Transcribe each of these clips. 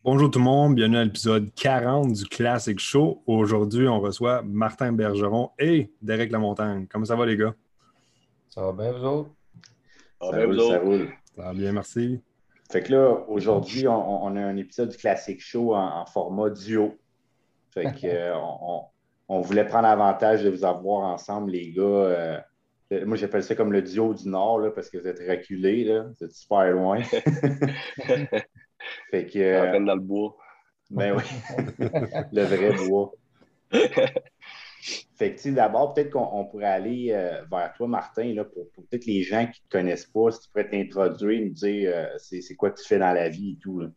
Bonjour tout le monde, bienvenue à l'épisode 40 du Classic Show. Aujourd'hui, on reçoit Martin Bergeron et Derek Lamontagne. Comment ça va les gars? Ça va bien, vous autres? Ah Ça ben, vous roule, ça autres. roule. Ça va bien, merci. Fait que là, aujourd'hui, on a un épisode du Classic Show en format duo. Fait que on voulait prendre avantage de vous avoir ensemble, les gars. Moi, j'appelle ça comme le duo du Nord, là, parce que vous êtes reculés, là. Vous êtes super loin. Fait que, En train dans le bois. ben oui, le vrai bois. Fait que, tu sais, d'abord, peut-être qu'on pourrait aller vers toi, Martin, là, pour peut-être les gens qui ne te connaissent pas, si tu pourrais t'introduire, nous dire c'est quoi que tu fais dans la vie et tout, là.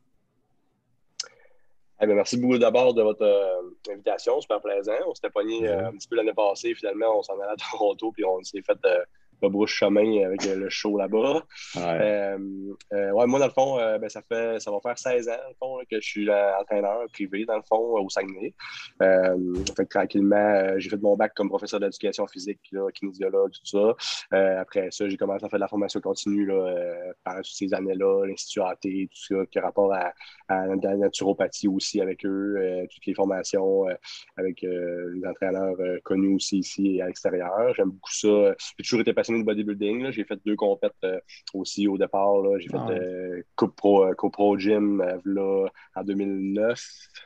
Eh bien, merci beaucoup d'abord de votre invitation, super plaisant. On s'était pogné un petit peu l'année passée, finalement, on s'en allait à Toronto, puis on s'est fait rebrousse chemin avec le show là-bas. Ouais. Ouais, moi, dans le fond, ça va faire 16 ans, dans le fond, là, que je suis entraîneur privé, dans le fond, au Saguenay. Fait que tranquillement, j'ai fait mon bac comme professeur d'éducation physique, là, kinésiologue, tout ça. Après ça, j'ai commencé à faire de la formation continue là, pendant toutes ces années-là, l'Institut AT, tout ça, qui a rapport à la naturopathie aussi avec eux, toutes les formations avec les entraîneurs connus aussi ici et à l'extérieur. J'aime beaucoup ça. J'ai toujours été passionné de bodybuilding. Là. J'ai fait 2 compètes aussi au départ. Là. J'ai fait Ouais. Co-Pro Gym là, en 2009.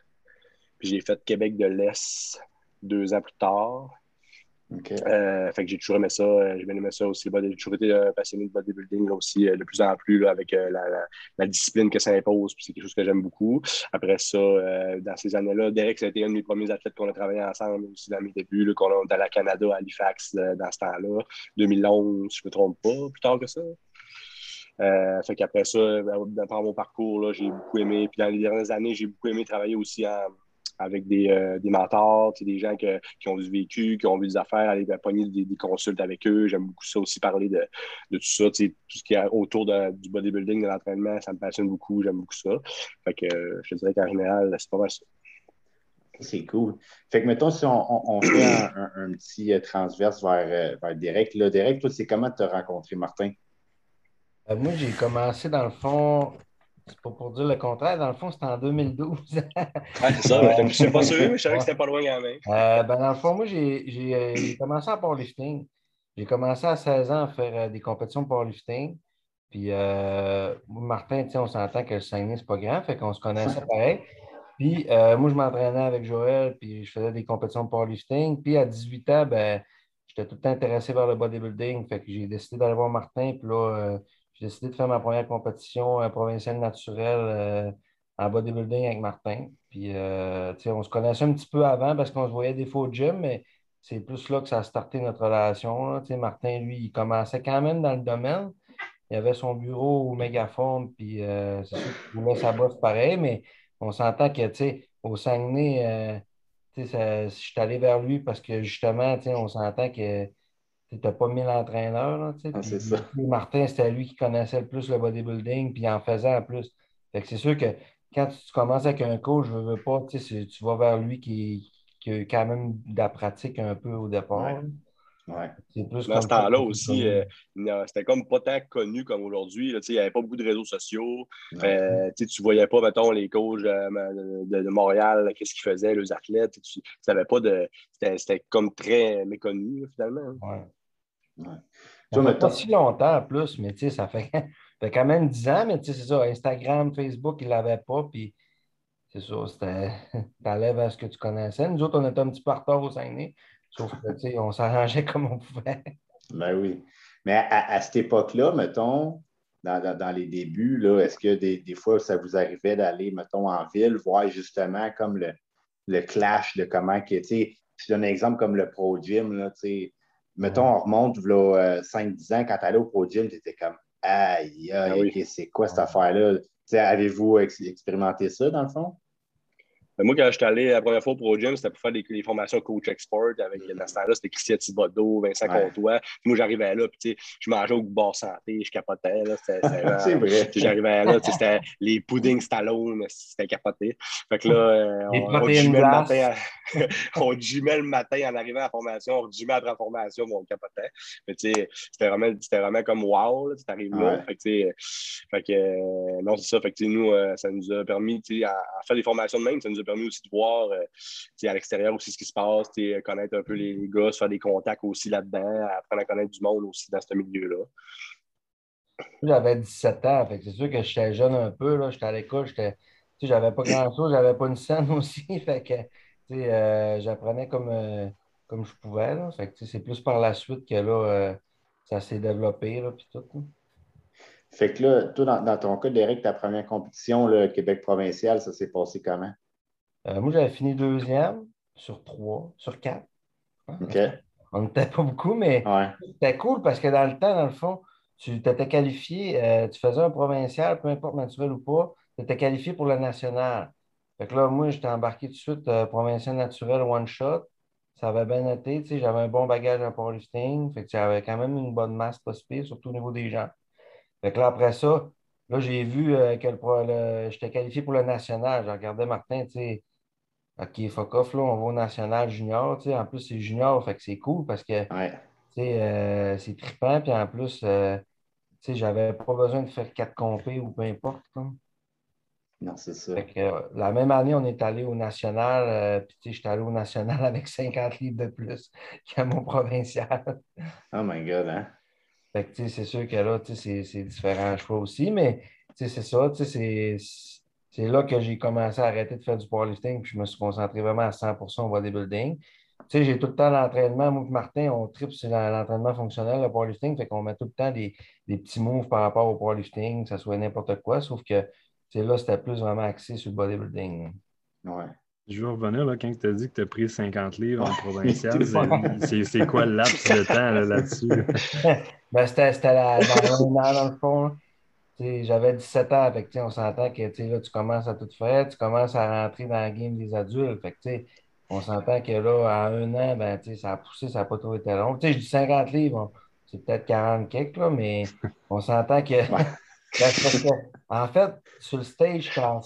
Puis j'ai fait Québec de l'Est 2 ans plus tard. OK. Fait que j'ai toujours aimé ça. J'ai bien aimé ça aussi. J'ai toujours été passionné de bodybuilding là, aussi, de plus en plus là, avec la discipline que ça impose. Puis c'est quelque chose que j'aime beaucoup. Après ça, dans ces années-là, Derek, ça a été un de mes premiers athlètes qu'on a travaillé ensemble aussi dans mes débuts, là, qu'on a allé à Canada, à Halifax, dans ce temps-là. 2011, si je ne me trompe pas, plus tard que ça. Fait qu'après ça, dans mon parcours, là, j'ai beaucoup aimé. Puis dans les dernières années, j'ai beaucoup aimé travailler aussi avec des mentors, des gens qui ont du vécu, qui ont vu des affaires, aller pogner des consultes avec eux. J'aime beaucoup ça aussi, parler de tout ça. Tout ce qui est autour du bodybuilding, de l'entraînement, ça me passionne beaucoup. J'aime beaucoup ça. Fait que je te dirais qu'en général, c'est pas mal ça. C'est cool. Fait que, mettons, si on fait un petit transverse vers Derek. Là, Derek, toi, c'est comment tu as rencontré Martin? Moi, j'ai commencé dans le fond, c'est pas pour dire le contraire, dans le fond, c'était en 2012. Ouais, c'est ça. Je ne suis pas sûr, mais je savais que Ouais. c'était pas loin quand même. Dans le fond, moi, j'ai commencé en powerlifting. J'ai commencé à 16 ans à faire des compétitions de powerlifting. Puis, moi, Martin, tu sais, on s'entend que le Saguenay, c'est pas grand, fait qu'on se connaissait pareil. Puis, moi, je m'entraînais avec Joël, puis je faisais des compétitions de powerlifting. Puis, à 18 ans, ben, j'étais tout le temps intéressé par le bodybuilding. Fait que j'ai décidé d'aller voir Martin. Puis là, j'ai décidé de faire ma première compétition provinciale naturelle en bodybuilding avec Martin. Puis, tu sais, on se connaissait un petit peu avant parce qu'on se voyait des fois au gym, mais c'est plus là que ça a starté notre relation, là. Tu sais, Martin, lui, il commençait quand même dans le domaine. Il avait son bureau au Mégaphone, puis c'est sûr qu'il voulait sa bosse pareil, mais on s'entend que, tu sais, au Saguenay, tu sais, je suis allé vers lui parce que justement, tu sais, on s'entend que tu n'as pas mis l'entraîneur, là, tu sais, Ah, puis c'est ça. Martin, c'était lui qui connaissait le plus le bodybuilding, puis il en faisait en plus. Fait que c'est sûr que quand tu commences avec un coach, je veux pas, tu sais, tu vas vers lui qui a quand même de la pratique un peu au Ouais. départ, là. Ouais. C'est plus Dans ce comme ça que temps-là c'est aussi, connu. non, c'était comme pas tant connu comme aujourd'hui. Là, il n'y avait pas beaucoup de réseaux sociaux. Non. Tu voyais pas, mettons, les coachs de Montréal, qu'est-ce qu'ils faisaient, les athlètes. Tu savais pas de. C'était comme très méconnu, là, finalement. Ouais. Ouais. Ça Toi, fait pas mettons. si longtemps en plus, mais tu sais, ça fait, ça fait quand même 10 ans, mais tu sais, c'est ça, Instagram, Facebook, ils ne l'avaient pas, puis c'est ça, c'était, t'allais vers ce que tu connaissais. Nous autres, on était un petit peu en retard au Saguenay, sauf que, tu sais, on s'arrangeait comme on pouvait. Ben oui. Mais à cette époque-là, mettons, dans les débuts, là, est-ce que des fois, ça vous arrivait d'aller, mettons, en ville, voir justement comme le clash de comment que, tu sais, je donne un exemple comme le Pro Gym, là, tu sais, mettons, Ouais, on remonte, là, 5-10 ans, quand tu allais au Pro Gym, tu étais comme, aïe, Ah aïe, oui. OK, c'est quoi cette ouais. affaire-là? Tu sais, avez-vous expérimenté ça, dans le fond? Moi, quand j'étais allé la première fois pour au gym, c'était pour faire des formations coach export avec, dans ce temps-là, c'était Christian Thibodeau, Vincent Comtois. Puis moi, j'arrivais là, puis je mangeais au bar santé, je capotais. Là, C'est vrai. J'arrivais là, c'était les puddings Stallone, c'était capoté. Fait que là, Les on protéines gymait le glaces. matin, on gymait le matin en arrivant à la formation, on gymait après la formation, mais on capotait. Mais tu sais, c'était vraiment comme wow, tu arrives là. Fait que non, c'est ça. Fait que nous, ça nous a permis, à faire des formations de même, ça nous a permis aussi de voir à l'extérieur aussi ce qui se passe, connaître un peu les gars, se faire des contacts aussi là-dedans, apprendre à connaître du monde aussi dans ce milieu-là. J'avais 17 ans, fait que c'est sûr que j'étais jeune un peu, là, j'étais à l'école, j'avais pas grand-chose, j'avais pas une scène aussi, fait que j'apprenais comme je pouvais, là, fait que c'est plus par la suite que là, ça s'est développé, là, puis tout. Là. Fait que là, toi, dans ton cas, Derek, ta première compétition, le Québec provincial, ça s'est passé comment? Moi, j'avais fini deuxième sur 4. OK. On n'était pas beaucoup, mais Ouais. c'était cool parce que dans le temps, dans le fond, tu t'étais qualifié, tu faisais un provincial, peu importe naturel ou pas, tu étais qualifié pour le national. Fait que là, moi, j'étais embarqué tout de suite provincial naturel one shot. Ça avait bien été, tu sais, j'avais un bon bagage en powerlifting. Fait que j'avais quand même une bonne masse pas si pire, surtout au niveau des gens. Fait que là, après ça, là, j'ai vu que j'étais qualifié pour le national. Je regardais Martin, tu sais, OK, fuck off, là, on va au national junior, tu sais. En plus, c'est junior, fait que c'est cool parce que Ouais. c'est trippant, puis en plus, j'avais pas besoin de faire 4 compés ou peu importe. Quoi. Non, c'est ça. Fait que, la même année, on est allé au national, puis j'étais allé au national avec 50 livres de plus qu'à mon provincial. Oh my God, hein? Fait que, c'est sûr que là, c'est différent choix aussi, mais c'est ça, c'est là que j'ai commencé à arrêter de faire du powerlifting, puis je me suis concentré vraiment à 100% au bodybuilding. J'ai tout le temps l'entraînement. Moi et Martin, on tripe sur l'entraînement fonctionnel, le powerlifting, fait qu'on met tout le temps des petits moves par rapport au powerlifting, que ce soit n'importe quoi, sauf que là, c'était plus vraiment axé sur le bodybuilding. Ouais. Je veux revenir là, quand tu as dit que tu as pris 50 livres en provincial. Ouais. C'est quoi le laps de temps là-dessus? Ben, c'était dans un an, dans le fond. Là. J'avais 17 ans, fait que, on s'entend que là, tu commences à tout faire, tu commences à rentrer dans la game des adultes. Fait que, on s'entend que là, à un an, ben, ça a poussé, ça n'a pas trop été long. Je dis 50 livres, c'est peut-être 40 quelques, là, mais on s'entend que. Ouais. Ben, c'est parce que, en fait, sur le stage, j'étais en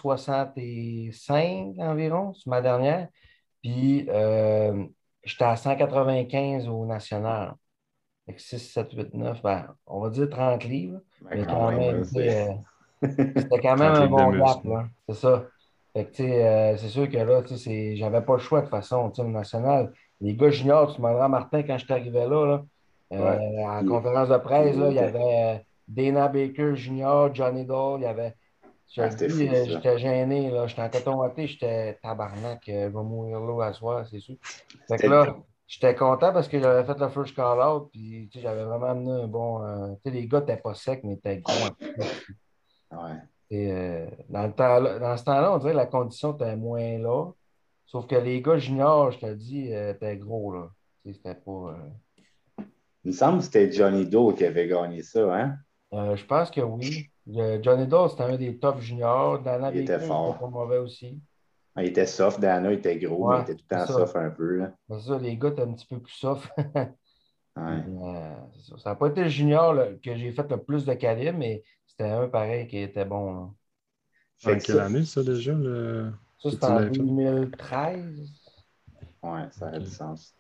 165 environ, sur ma dernière. Puis, j'étais à 195 au national. Fait que 6, 7, 8, 9, ben, on va dire 30 livres, Ben, mais quand quand même, là, même, c'est. c'était quand même 30 un livres de bon gap, muscle. là. C'est ça. Fait que, c'est sûr que là, j'avais pas le choix de toute façon, au national. Les gars juniors, tu demanderas à Martin quand je suis arrivé là, Ouais. à la conférence de presse, là, il y avait Dana Baker Junior, Johnny Dole, il y avait. Je Ah, te c'était dis, fou, ça. j'étais gêné, là. J'étais en coton watté, j'étais tabarnak, je vais mourir là à soir, c'est sûr. Fait que C'était. là, j'étais content parce que j'avais fait le first call-out, puis j'avais vraiment amené un bon. Les gars n'étaient pas secs, mais ils étaient gros en plus. Ouais. Et, dans ce temps-là, on dirait que la condition était moins là. Sauf que les gars juniors, je te dis, étaient gros, là. C'était pas. Il me semble que c'était Johnny Doe qui avait gagné ça, hein? Je pense que oui. Johnny Dawes, c'était un des top juniors. Dana Il était Baker, il était fort. pas mauvais aussi. Ah, il était soft, Dana, il était gros, mais il Ouais, était tout le c'est temps ça. soft un peu, là. C'est ça, les gars étaient un petit peu plus soft. Ouais. C'est ça. Ça n'a pas été le junior là, que j'ai fait le plus de calibre, mais c'était un pareil qui était bon. Là. Fait En que ça, quelle année, ça, déjà, Ça, que c'était tu en l'avais fait? 2013. ouais, ça aurait Ok. du sens.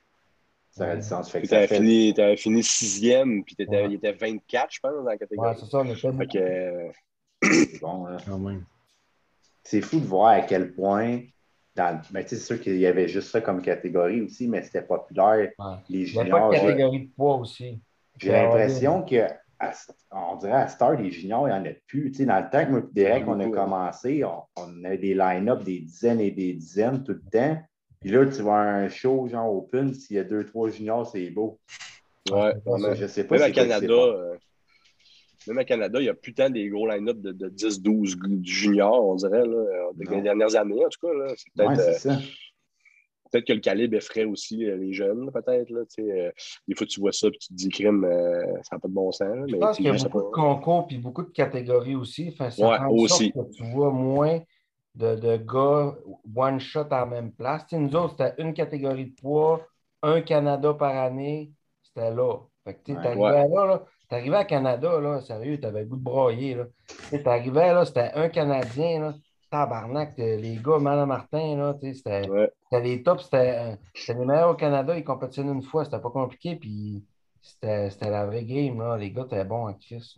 Ça aurait du Ouais, sens. Fait que Tu ça fait. avais fini sixième, puis ouais. il était 24, je pense, dans la Ouais, catégorie. c'est ça, on était Fait beaucoup. que, C'est bon, là. Quand même. C'est fou de voir à quel point. Ben, c'est sûr qu'il y avait juste ça comme catégorie aussi, mais c'était populaire. Ouais. Les Il n'y avait pas de juniors, catégorie de poids aussi. j'ai C'était all-in. l'impression que, on dirait à Star, les juniors, il n'y en a plus. Tu sais, dans le temps que moi et Derek, on a beaucoup, commencé, on avait des line-up des dizaines et des dizaines tout le temps. Puis là, tu vas à un show genre open, s'il y a deux, trois juniors, c'est beau. Ouais, ouais, c'était pas ça. vraiment. Je ne sais pas Même à c'est quoi qui s'est Canada, passé. Même à Canada, il y a plus tant des gros line-up de 10-12 juniors, on dirait, là, dans les Non. dernières années, en tout cas. Là. C'est Ouais, c'est ça. peut-être que le calibre effraie aussi les jeunes, peut-être. Là, des fois, tu vois ça et tu te dis, crime, ça n'a pas de bon sens. Là, Je mais pense qu'il y je a sais pas. beaucoup de concours et beaucoup de catégories aussi. Enfin, ça Ouais, fait en sorte aussi. que tu vois moins. de gars one-shot en même place. Tu sais, nous autres, c'était une catégorie de poids, un Canada par année, c'était là. Fait que tu Ouais. arrivais là, t'arrivais à Canada, là, sérieux, t'avais le goût de broyer. Là. Tu arrivais là, c'était un Canadien, là, tabarnak, les gars, Madame Martin, là, Ouais. c'était les tops, c'était les meilleurs au Canada, ils compétitionnaient une fois, c'était pas compliqué, puis c'était la vraie game, là. Les gars étaient bons en Chris.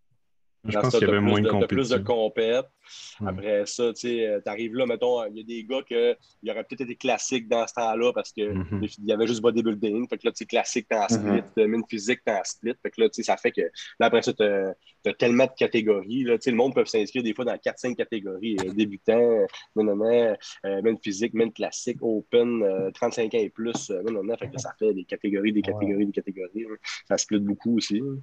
Je Dans pense ça, qu'il y tu avait moins de as plus de compétition. compètes. Ouais. Après ça, tu arrives là, mettons, il y a des gars il y aurait peut-être été classique dans ce temps-là parce qu'il y avait juste bodybuilding. Fait que là, tu sais, classique, t'es en split, mine physique, t'es en split. Fait que là, tu sais, ça fait que là, après ça, tu as tellement de catégories. Là, tu sais, le monde peut s'inscrire des fois dans 4-5 catégories. Débutant, mine physique, mine classique, open, 35 ans et plus, Fait que ça fait des catégories, des catégories, des catégories. Là. Ça split beaucoup aussi. Là.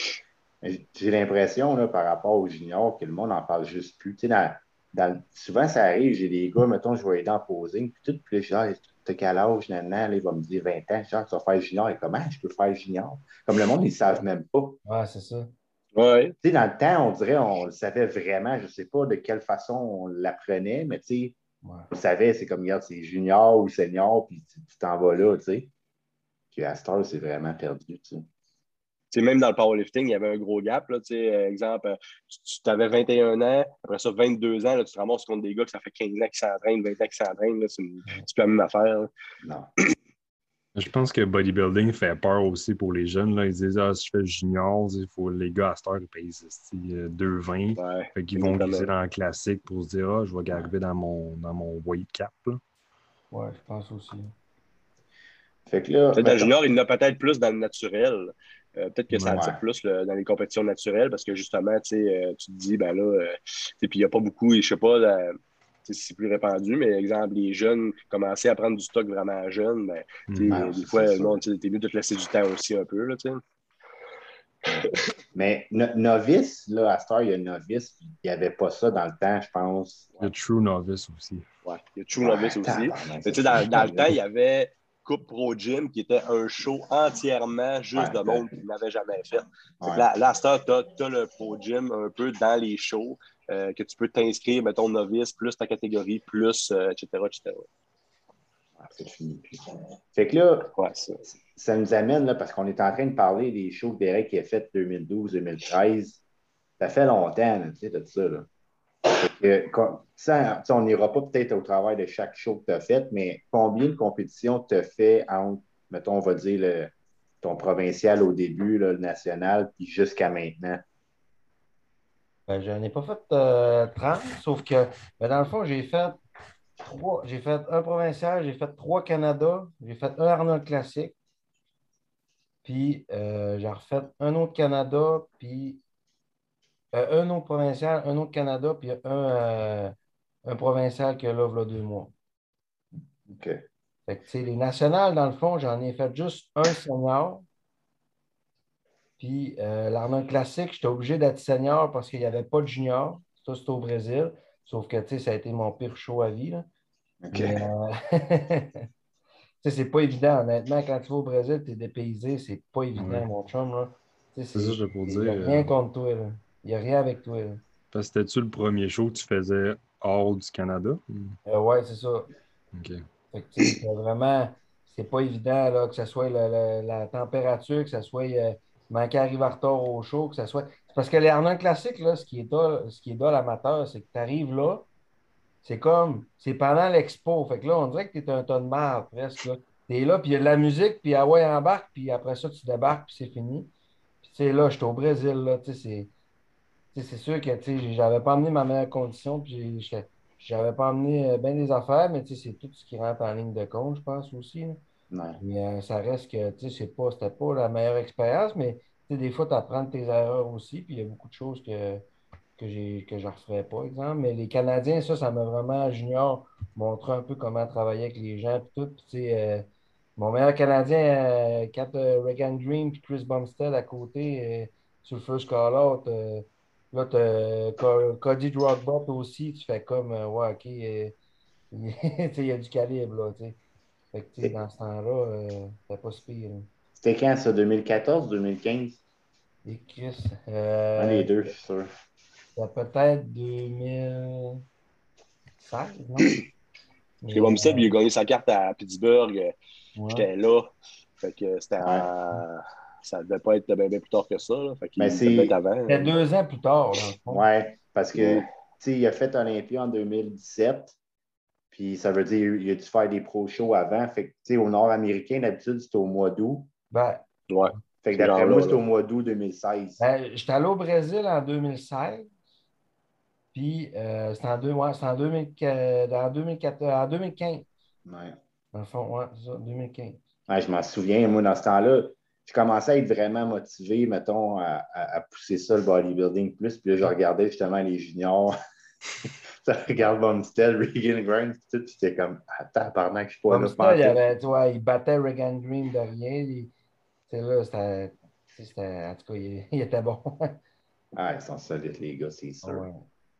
J'ai l'impression, là, par rapport aux juniors, que le monde n'en parle juste plus. Tu sais, souvent, ça arrive, j'ai des gars, mettons, je vais aider en posing, puis tout, puis là, genre, t'as quel âge, là, il va me dire 20 ans, genre, tu vas faire junior, et comment je peux faire junior? Comme le monde, ils ne savent même pas. Ouais, c'est ça. Ouais. Tu sais, dans le temps, on dirait, on le savait vraiment, je ne sais pas de quelle façon on l'apprenait, mais tu sais, on savait, c'est comme, regarde, c'est junior ou senior, puis tu t'en vas là, tu sais. Puis à cette heure, c'est vraiment perdu, tu sais. T'sais, même dans le powerlifting, il y avait un gros gap. Là, exemple, tu avais 21 ans, après ça, 22 ans, là, tu te ramasses contre des gars que ça fait 15 ans qui s'entraînent, 20 ans qui s'entraînent. C'est plus la même affaire. Là. Non. Je pense que bodybuilding fait peur aussi pour les jeunes. Là. Ils disent si je fais junior, il faut les gars à cette heure ils pèsent 2,20. Ouais, Fait qu'ils vont viser dans le classique pour se dire je vais arriver dans mon weight cap. Là. Ouais, je pense aussi. Fait que là, dans le junior, il y en a peut-être plus dans le naturel. Peut-être que ça attire ouais. plus dans les compétitions naturelles parce que justement, tu te dis, ben là, puis il n'y a pas beaucoup, je sais pas, c'est plus répandu, mais exemple, les jeunes commençaient à prendre du stock vraiment jeunes, ben, des fois, le monde, t'es mieux de te laisser du temps aussi un peu, là, tu sais. Mais novice, là, à cette heure, il y a novice, il n'y avait pas ça dans le temps, je pense. Il y a True Novice aussi. Ouais, il y a True Novice aussi. Mais tu sais, dans le temps, il y avait Coupe Pro Gym qui était un show entièrement juste de monde qui n'avait jamais fait. Là, à cette heure, tu as le Pro Gym un peu dans les shows que tu peux t'inscrire, mettons, novice, plus ta catégorie, plus, etc., etc. C'est fini. Fait que là, ouais, ça nous amène, là, parce qu'on est en train de parler des shows que Derek a fait 2012-2013. Ça fait longtemps, tu sais, de ça. Là. On n'ira pas peut-être au travail de chaque show que tu as fait, mais combien de compétitions tu as fait entre, mettons, on va dire, ton provincial au début, là, le national, puis jusqu'à maintenant? Ben, je n'ai pas fait 30, sauf que dans le fond, j'ai fait un provincial, j'ai fait 3 Canada, j'ai fait un Arnold Classique, puis j'ai refait un autre Canada, puis un autre provincial, un autre Canada, puis un provincial que là, il y a 2 mois. OK. Fait que, tu sais, les nationales, dans le fond, j'en ai fait juste un senior. Puis l'Arnold Classique, j'étais obligé d'être senior parce qu'il n'y avait pas de junior. Ça, c'était au Brésil. Sauf que, tu sais, ça a été mon pire show à vie. Là. OK. Mais, tu sais, c'est pas évident. Honnêtement, quand tu vas au Brésil, tu es dépaysé. C'est pas évident, mon chum. Là. Tu sais, C'est ça, je pour il n'y a dire. rien contre toi. Là. Il n'y a rien avec toi. Là. Parce que c'était-tu le premier show que tu faisais hors du Canada? Ouais, c'est ça. OK. Fait que, tu sais, c'est vraiment, c'est pas évident là, que ce soit la température, que ce soit manquer à arriver en retard au show, que ce soit. C'est parce que les Arnold classiques, là, ce qui est là l'amateur, c'est que tu arrives là, c'est pendant l'expo. Fait que là, on dirait que tu es un tas de marde presque. Tu es là, puis il y a de la musique, puis ah ouais, embarque, puis après ça, tu débarques, puis c'est fini. Puis tu sais, là, j'étais au Brésil, là, c'est sûr que j'avais pas amené ma meilleure condition, puis j'avais pas amené bien des affaires, mais c'est tout ce qui rentre en ligne de compte, je pense aussi. Là. Ouais. Mais ça reste que c'était pas la meilleure expérience, mais des fois, tu apprends de tes erreurs aussi, puis il y a beaucoup de choses que je ne referais pas, exemple. Mais les Canadiens, ça m'a vraiment, junior, montré un peu comment travailler avec les gens, puis tout. Puis, mon meilleur Canadien, quand Regan Green puis Chris Bumstead à côté, sur le first call-out, là, tu Cody Rockbot aussi, tu fais comme, ouais, OK, il y a du calibre, là, tu sais. Fait que, dans ce temps-là, c'était pas si pire. Là. C'était quand ça, 2014, 2015? Et Chris, Un des deux, je suis sûr. c'était peut-être 2016, 16, non? Parce que Bumstead, il a gagné sa carte à Pittsburgh. Ouais. J'étais là. Fait que c'était Ouais. ça devait pas être bien plus tard que ça. Là. Fait Mais qu'il devait être avant. C'était 2 ans plus tard, dans le fond. Ouais, parce que, Ouais. tu sais, il a fait Olympia en 2017, puis ça veut dire qu'il a dû faire des pro-shows avant. Fait que, tu sais, au Nord-Américain, d'habitude, c'est au mois d'août. Ben, Ouais. Fait que C'est d'après genre moi, là, c'est au mois d'août 2016. j'étais allé au Brésil en 2016, puis c'était en 2014, en 2015, Ouais. dans le fond, ouais, c'est ça, 2015. Ouais, je m'en souviens, moi, dans ce temps-là, je commençais à être vraiment motivé, mettons, à pousser ça, le bodybuilding plus. Puis là, je regardais justement les juniors. Ça regarde Bumstead, Regan Grimes, tout, puis c'était comme, attends, pendant que je suis pas Comme là, ça, pantoute. tu vois, il battait Regan Green de rien. Tu sais, là, en tout cas, il était bon. Ah, ils sont solides, les gars, c'est sûr. Ouais.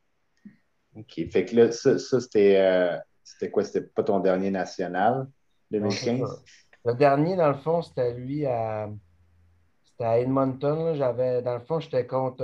OK. Fait que là, ça c'était quoi? C'était pas ton dernier national, Non, c'est ça. 2015? Le dernier, dans le fond, c'était à Edmonton. Là. Dans le fond, j'étais contre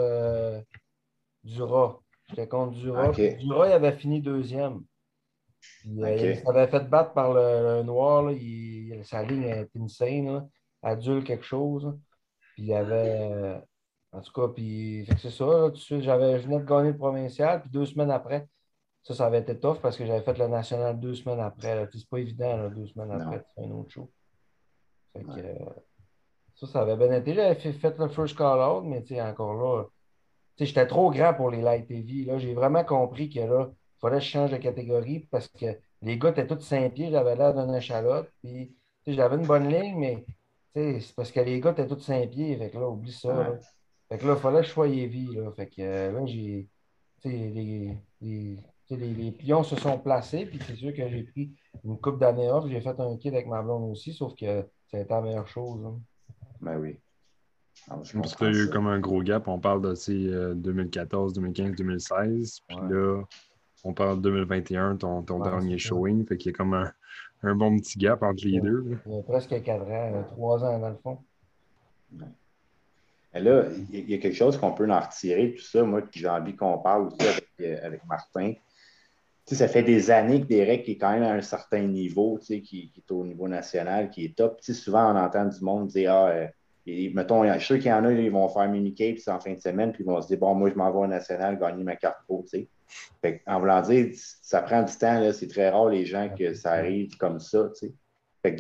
Dura. J'étais contre Dura. Puis OK. Dura, il avait fini deuxième. Puis il OK. s'avait fait battre par le Noir. Là. Sa ligne était insane. Là. Adulte quelque chose. Là. Puis il y avait. En tout cas, puis fait que c'est ça. Là, tout de suite, je venais de gagner le provincial. Puis 2 semaines après, ça avait été tough parce que j'avais fait le national 2 semaines après. Là. Puis c'est pas évident, là, 2 semaines après, Non. de faire un autre show. Fait que, Ouais. ça avait bien été. J'avais fait le first call-out, mais tu sais, encore là, tu sais, j'étais trop grand pour les light heavy. Là, j'ai vraiment compris que là, il fallait que je change de catégorie parce que les gars étaient tous 5 pieds, j'avais l'air d'une échalote. Puis, tu sais, j'avais une bonne ligne, mais tu sais, c'est parce que les gars étaient tous 5 pieds. Fait que là, oublie ça. Ouais. Là. Fait que là, il fallait que je sois heavy. Là. Fait que là, tu sais, tu sais, les pions se sont placés. Puis c'est sûr que j'ai pris une coupe d'années off. J'ai fait un kid avec ma blonde aussi, sauf que ça a été la meilleure chose. Hein. Ben oui. Alors, je Parce que là, comprends il y a eu ça. comme un gros gap. On parle de 2014, 2015, 2016. Puis Ouais. là, on parle de 2021, ton Ouais, dernier c'est ça. showing. Fait qu'il y a comme un bon petit gap entre les deux. Là. Il y a presque 4 ans, 3 ans dans le fond. Mais là, il y a quelque chose qu'on peut en retirer, tout ça, moi, que j'ai envie qu'on parle aussi avec Martin. Tu sais, ça fait des années que Derek est quand même à un certain niveau, tu sais, qui est au niveau national, qui est top. Tu sais, souvent, on entend du monde dire, mettons, je suis sûr qu'il y en a, ils vont faire mini-capes en fin de semaine, puis ils vont se dire, bon, moi, je m'en vais au national, gagner ma carte pro, tu sais. Fait en voulant dire, ça prend du temps, là, c'est très rare les gens que ça arrive comme ça, tu sais. Fait que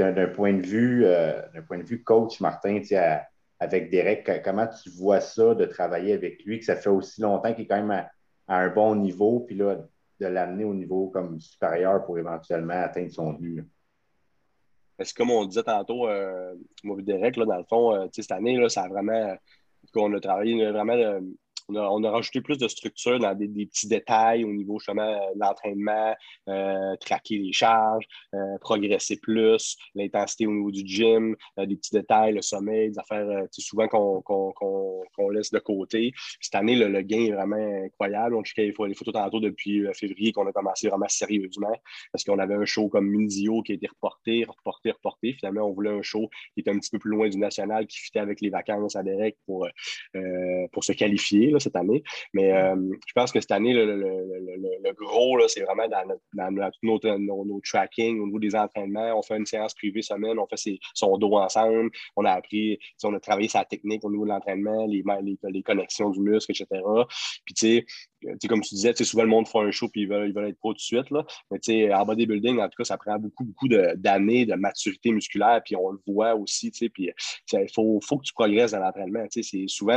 d'un point de vue coach, Martin, tu sais, avec Derek, comment tu vois ça de travailler avec lui, que ça fait aussi longtemps qu'il est quand même à un bon niveau, puis là, de l'amener au niveau comme supérieur pour éventuellement atteindre son but. Là. Parce que comme on disait tantôt, moi et Derek, là, dans le fond, cette année, là, ça a vraiment. En tout cas, on a travaillé vraiment. On a rajouté plus de structure dans des petits détails au niveau justement de l'entraînement, traquer les charges, progresser plus, l'intensité au niveau du gym, des petits détails, le sommeil, des affaires souvent qu'on laisse de côté. Cette année, le gain est vraiment incroyable. On checkait les photos tantôt depuis février qu'on a commencé vraiment sérieusement parce qu'on avait un show comme Mindio qui a été reporté. Finalement, on voulait un show qui était un petit peu plus loin du national, qui fitait avec les vacances à Derek pour se qualifier là, cette année. Mais je pense que cette année, le gros, là, c'est vraiment dans tout nos tracking, au niveau des entraînements. On fait une séance privée semaine, on fait son dos ensemble. On a appris, on a travaillé sa technique au niveau de l'entraînement, les connexions du muscle, etc. Puis, tu sais, comme tu disais, souvent le monde fait un show puis ils veulent être pro tout de suite. Là. Mais en bodybuilding, en tout cas, ça prend beaucoup d'années de maturité musculaire, puis on le voit aussi. Puis il faut que tu progresses dans l'entraînement. C'est souvent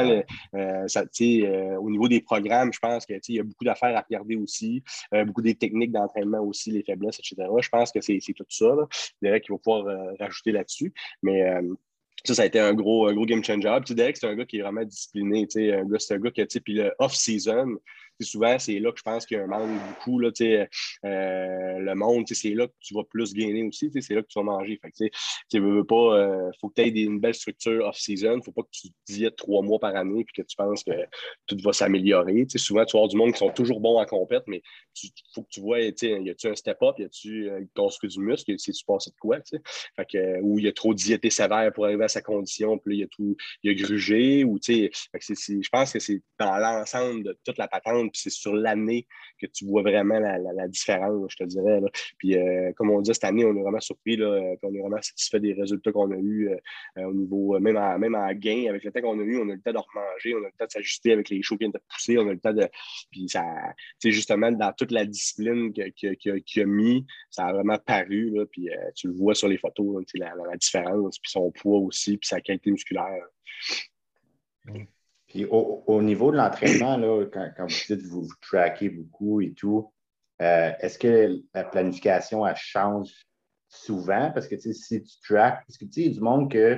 au niveau des programmes, je pense qu'il y a beaucoup d'affaires à regarder aussi, beaucoup des techniques d'entraînement aussi, les faiblesses, etc. Je pense que c'est tout ça. Là. Derek, qu'il va pouvoir rajouter là-dessus. Mais ça a été un gros game changer. Puis Derek, c'est un gars qui est vraiment discipliné. C'est un gars qui, puis le off-season, souvent, c'est là que je pense qu'il y a un manque beaucoup. Là, le monde, c'est là que tu vas plus gainer aussi. C'est là que tu vas manger. Fait que, tu veux pas, faut que tu aies une belle structure off-season. Faut pas que tu diètes 3 mois par année et que tu penses que tout va s'améliorer. Souvent, tu vas avoir du monde qui sont toujours bons en compète, mais faut que tu vois, y a-tu un step-up, y a-tu construit du muscle, c'est-tu passé de quoi, tu sais? Fait que, ou il y a trop diété sévère pour arriver à sa condition, puis là, il y a grugé, ou tu sais, je pense que c'est dans l'ensemble de toute la patente, puis c'est sur l'année que tu vois vraiment la différence, je te dirais. Là. Puis, comme on dit, cette année, on est vraiment surpris, là, puis on est vraiment satisfait des résultats qu'on a eus au niveau, même en gain, avec le temps qu'on a eu, on a eu le temps de remanger, on a eu le temps de s'ajuster avec les shows qui viennent de pousser, on a eu le temps de. Puis, ça, tu sais, justement, dans toute la discipline qu'il a mis, ça a vraiment paru, là, puis tu le vois sur les photos, là, la différence, puis son poids aussi, puis sa qualité musculaire. Puis au niveau de l'entraînement, là, quand vous dites que vous traquez beaucoup et tout, est-ce que la planification, elle change souvent? Parce que si tu traques, parce que tu sais, il y a du monde que,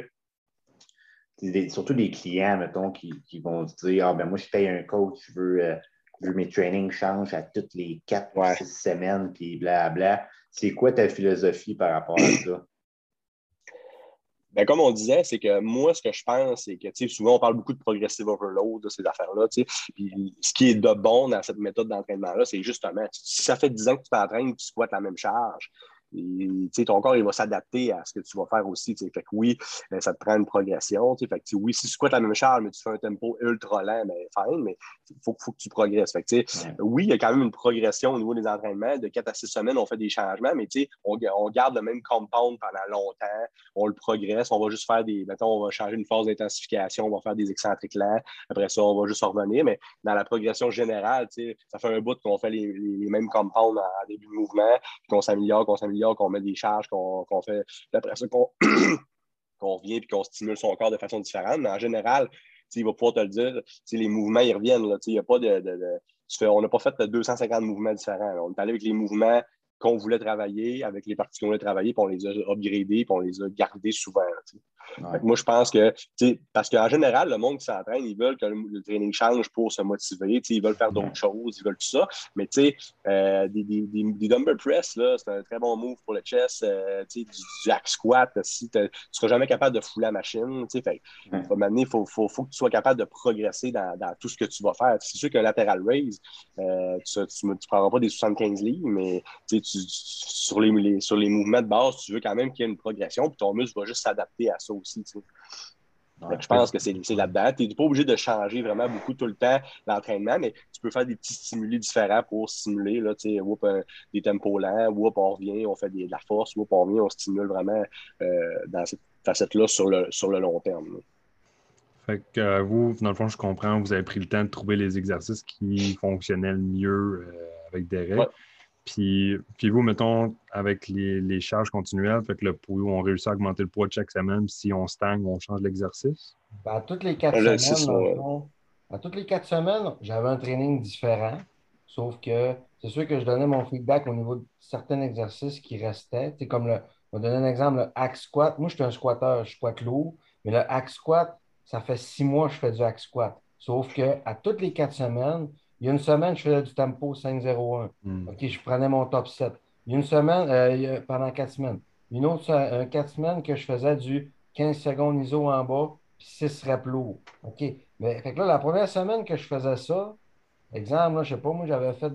surtout des clients, mettons, qui vont se dire, ah ben moi, je paye un coach, je veux mes trainings changent à toutes les 4 ou 6 semaines, puis blablabla. C'est quoi ta philosophie par rapport à ça? Ben, comme on disait, c'est que moi, ce que je pense, c'est que souvent, on parle beaucoup de progressive overload, de ces affaires-là. Puis, ce qui est de bon dans cette méthode d'entraînement-là, c'est justement, si ça fait 10 ans que tu t'entraînes et que tu squattes la même charge, et, ton corps il va s'adapter à ce que tu vas faire aussi. Fait que oui, ça te prend une progression. Fait que, oui, si tu squattes la même charge, mais tu fais un tempo ultra lent, ben, fine, mais il faut que tu progresses. Fait que, oui, il y a quand même une progression au niveau des entraînements. De 4 à 6 semaines, on fait des changements, mais on garde le même compound pendant longtemps. On le progresse. On va juste faire mettons, on va changer une phase d'intensification, on va faire des excentriques lents. Après ça, on va juste revenir. Mais dans la progression générale, ça fait un bout qu'on fait les mêmes compounds en début de mouvement, puis qu'on s'améliore, qu'on met des charges, qu'on fait. Puis après ça, qu'on revient puis qu'on stimule son corps de façon différente. Mais en général, il va pouvoir te le dire, les mouvements, ils reviennent. Il n'y a pas on n'a pas fait 250 mouvements différents. Là. On est allé avec les mouvements qu'on voulait travailler, avec les parties qu'on voulait travailler, puis on les a upgradés, puis on les a gardés souvent. Moi, je pense que, parce qu'en général, le monde qui s'entraîne, ils veulent que le training change pour se motiver, ils veulent faire d'autres choses, ils veulent tout ça. Mais des dumbbell press, là, c'est un très bon move pour le chest. Du hack squat, tu ne seras jamais capable de fouler la machine. Fait, il faut que tu sois capable de progresser dans tout ce que tu vas faire. C'est sûr qu'un lateral raise, tu ne prendras pas des 75 livres, mais sur les mouvements de base, tu veux quand même qu'il y ait une progression, puis ton muscle va juste s'adapter à ça aussi. Je pense que c'est là-dedans. Tu n'es pas obligé de changer vraiment beaucoup tout le temps l'entraînement, mais tu peux faire des petits stimuli différents pour stimuler. Là, des tempos lents, on revient, on fait de la force, on revient, on stimule vraiment dans cette facette-là sur le long terme. Là. Fait que vous, dans le fond, je comprends, vous avez pris le temps de trouver les exercices qui fonctionnaient le mieux avec Derek. Ouais. Puis vous, mettons, avec les charges continuelles, fait que le poids, on réussit à augmenter le poids de chaque semaine, puis si on stagne, on change l'exercice? Ben, à toutes les 4 Là, semaines, dans le fond, à toutes les 4 semaines, j'avais un training différent. Sauf que c'est sûr que je donnais mon feedback au niveau de certains exercices qui restaient. C'est comme on va donner un exemple, le hack squat. Moi, je suis un squatteur, je squatte lourd, mais le hack squat, ça fait 6 mois que je fais du hack squat. Sauf qu'à toutes les 4 semaines, il y a une semaine, je faisais du tempo 5-0-1. OK, je prenais mon top 7. Il y a une semaine, pendant 4 semaines. Une autre 4 semaines que je faisais du 15 secondes ISO en bas, puis 6 reps lourds. OK. Mais fait que là, la première semaine que je faisais ça, exemple, là, je sais pas, moi, j'avais fait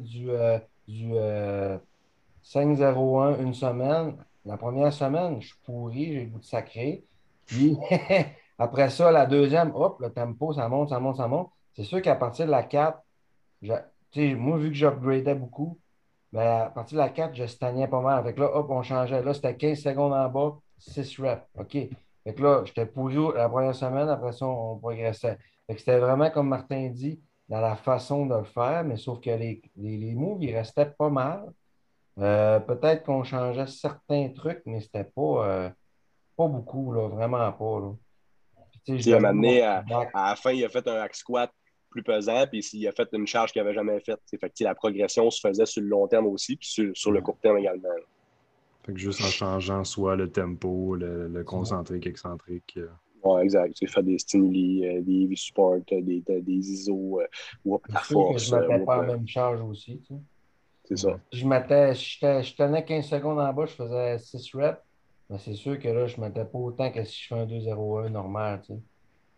du 5-0-1 une semaine. La première semaine, je suis pourri, j'ai le goût de sacré. Puis après ça, la deuxième, hop, le tempo, ça monte, ça monte, ça monte. C'est sûr qu'à partir de la 4, tu sais, moi, vu que j'upgradais beaucoup, ben, à partir de la 4, je stagnais pas mal. Fait que là, hop, on changeait. Là, c'était 15 secondes en bas, 6 reps. OK. Fait que là, j'étais pourri la première semaine. Après ça, on progressait. Fait que c'était vraiment, comme Martin dit, dans la façon de le faire, mais sauf que les moves, ils restaient pas mal. Peut-être qu'on changeait certains trucs, mais c'était pas beaucoup, là, vraiment pas. Là. Puis, tu sais, je À un donnais moment mon donné, feedback. à la fin, il a fait un hack squat plus pesant, puis il a fait une charge qu'il n'avait jamais faite. Fait que, la progression se faisait sur le long terme aussi, puis sur le court terme également. Là. Fait que juste en changeant soit le tempo, le concentrique, excentrique. Ouais, exact. Tu fais des stimuli, des heavy support, des ISO, C'est la sûr que je force, ne mettais pas en même charge aussi. Tu sais. c'est ça. Je tenais 15 secondes en bas, je faisais 6 reps. Mais c'est sûr que là, je ne mettais pas autant que si je fais un 2-0-1 normal. Tu sais.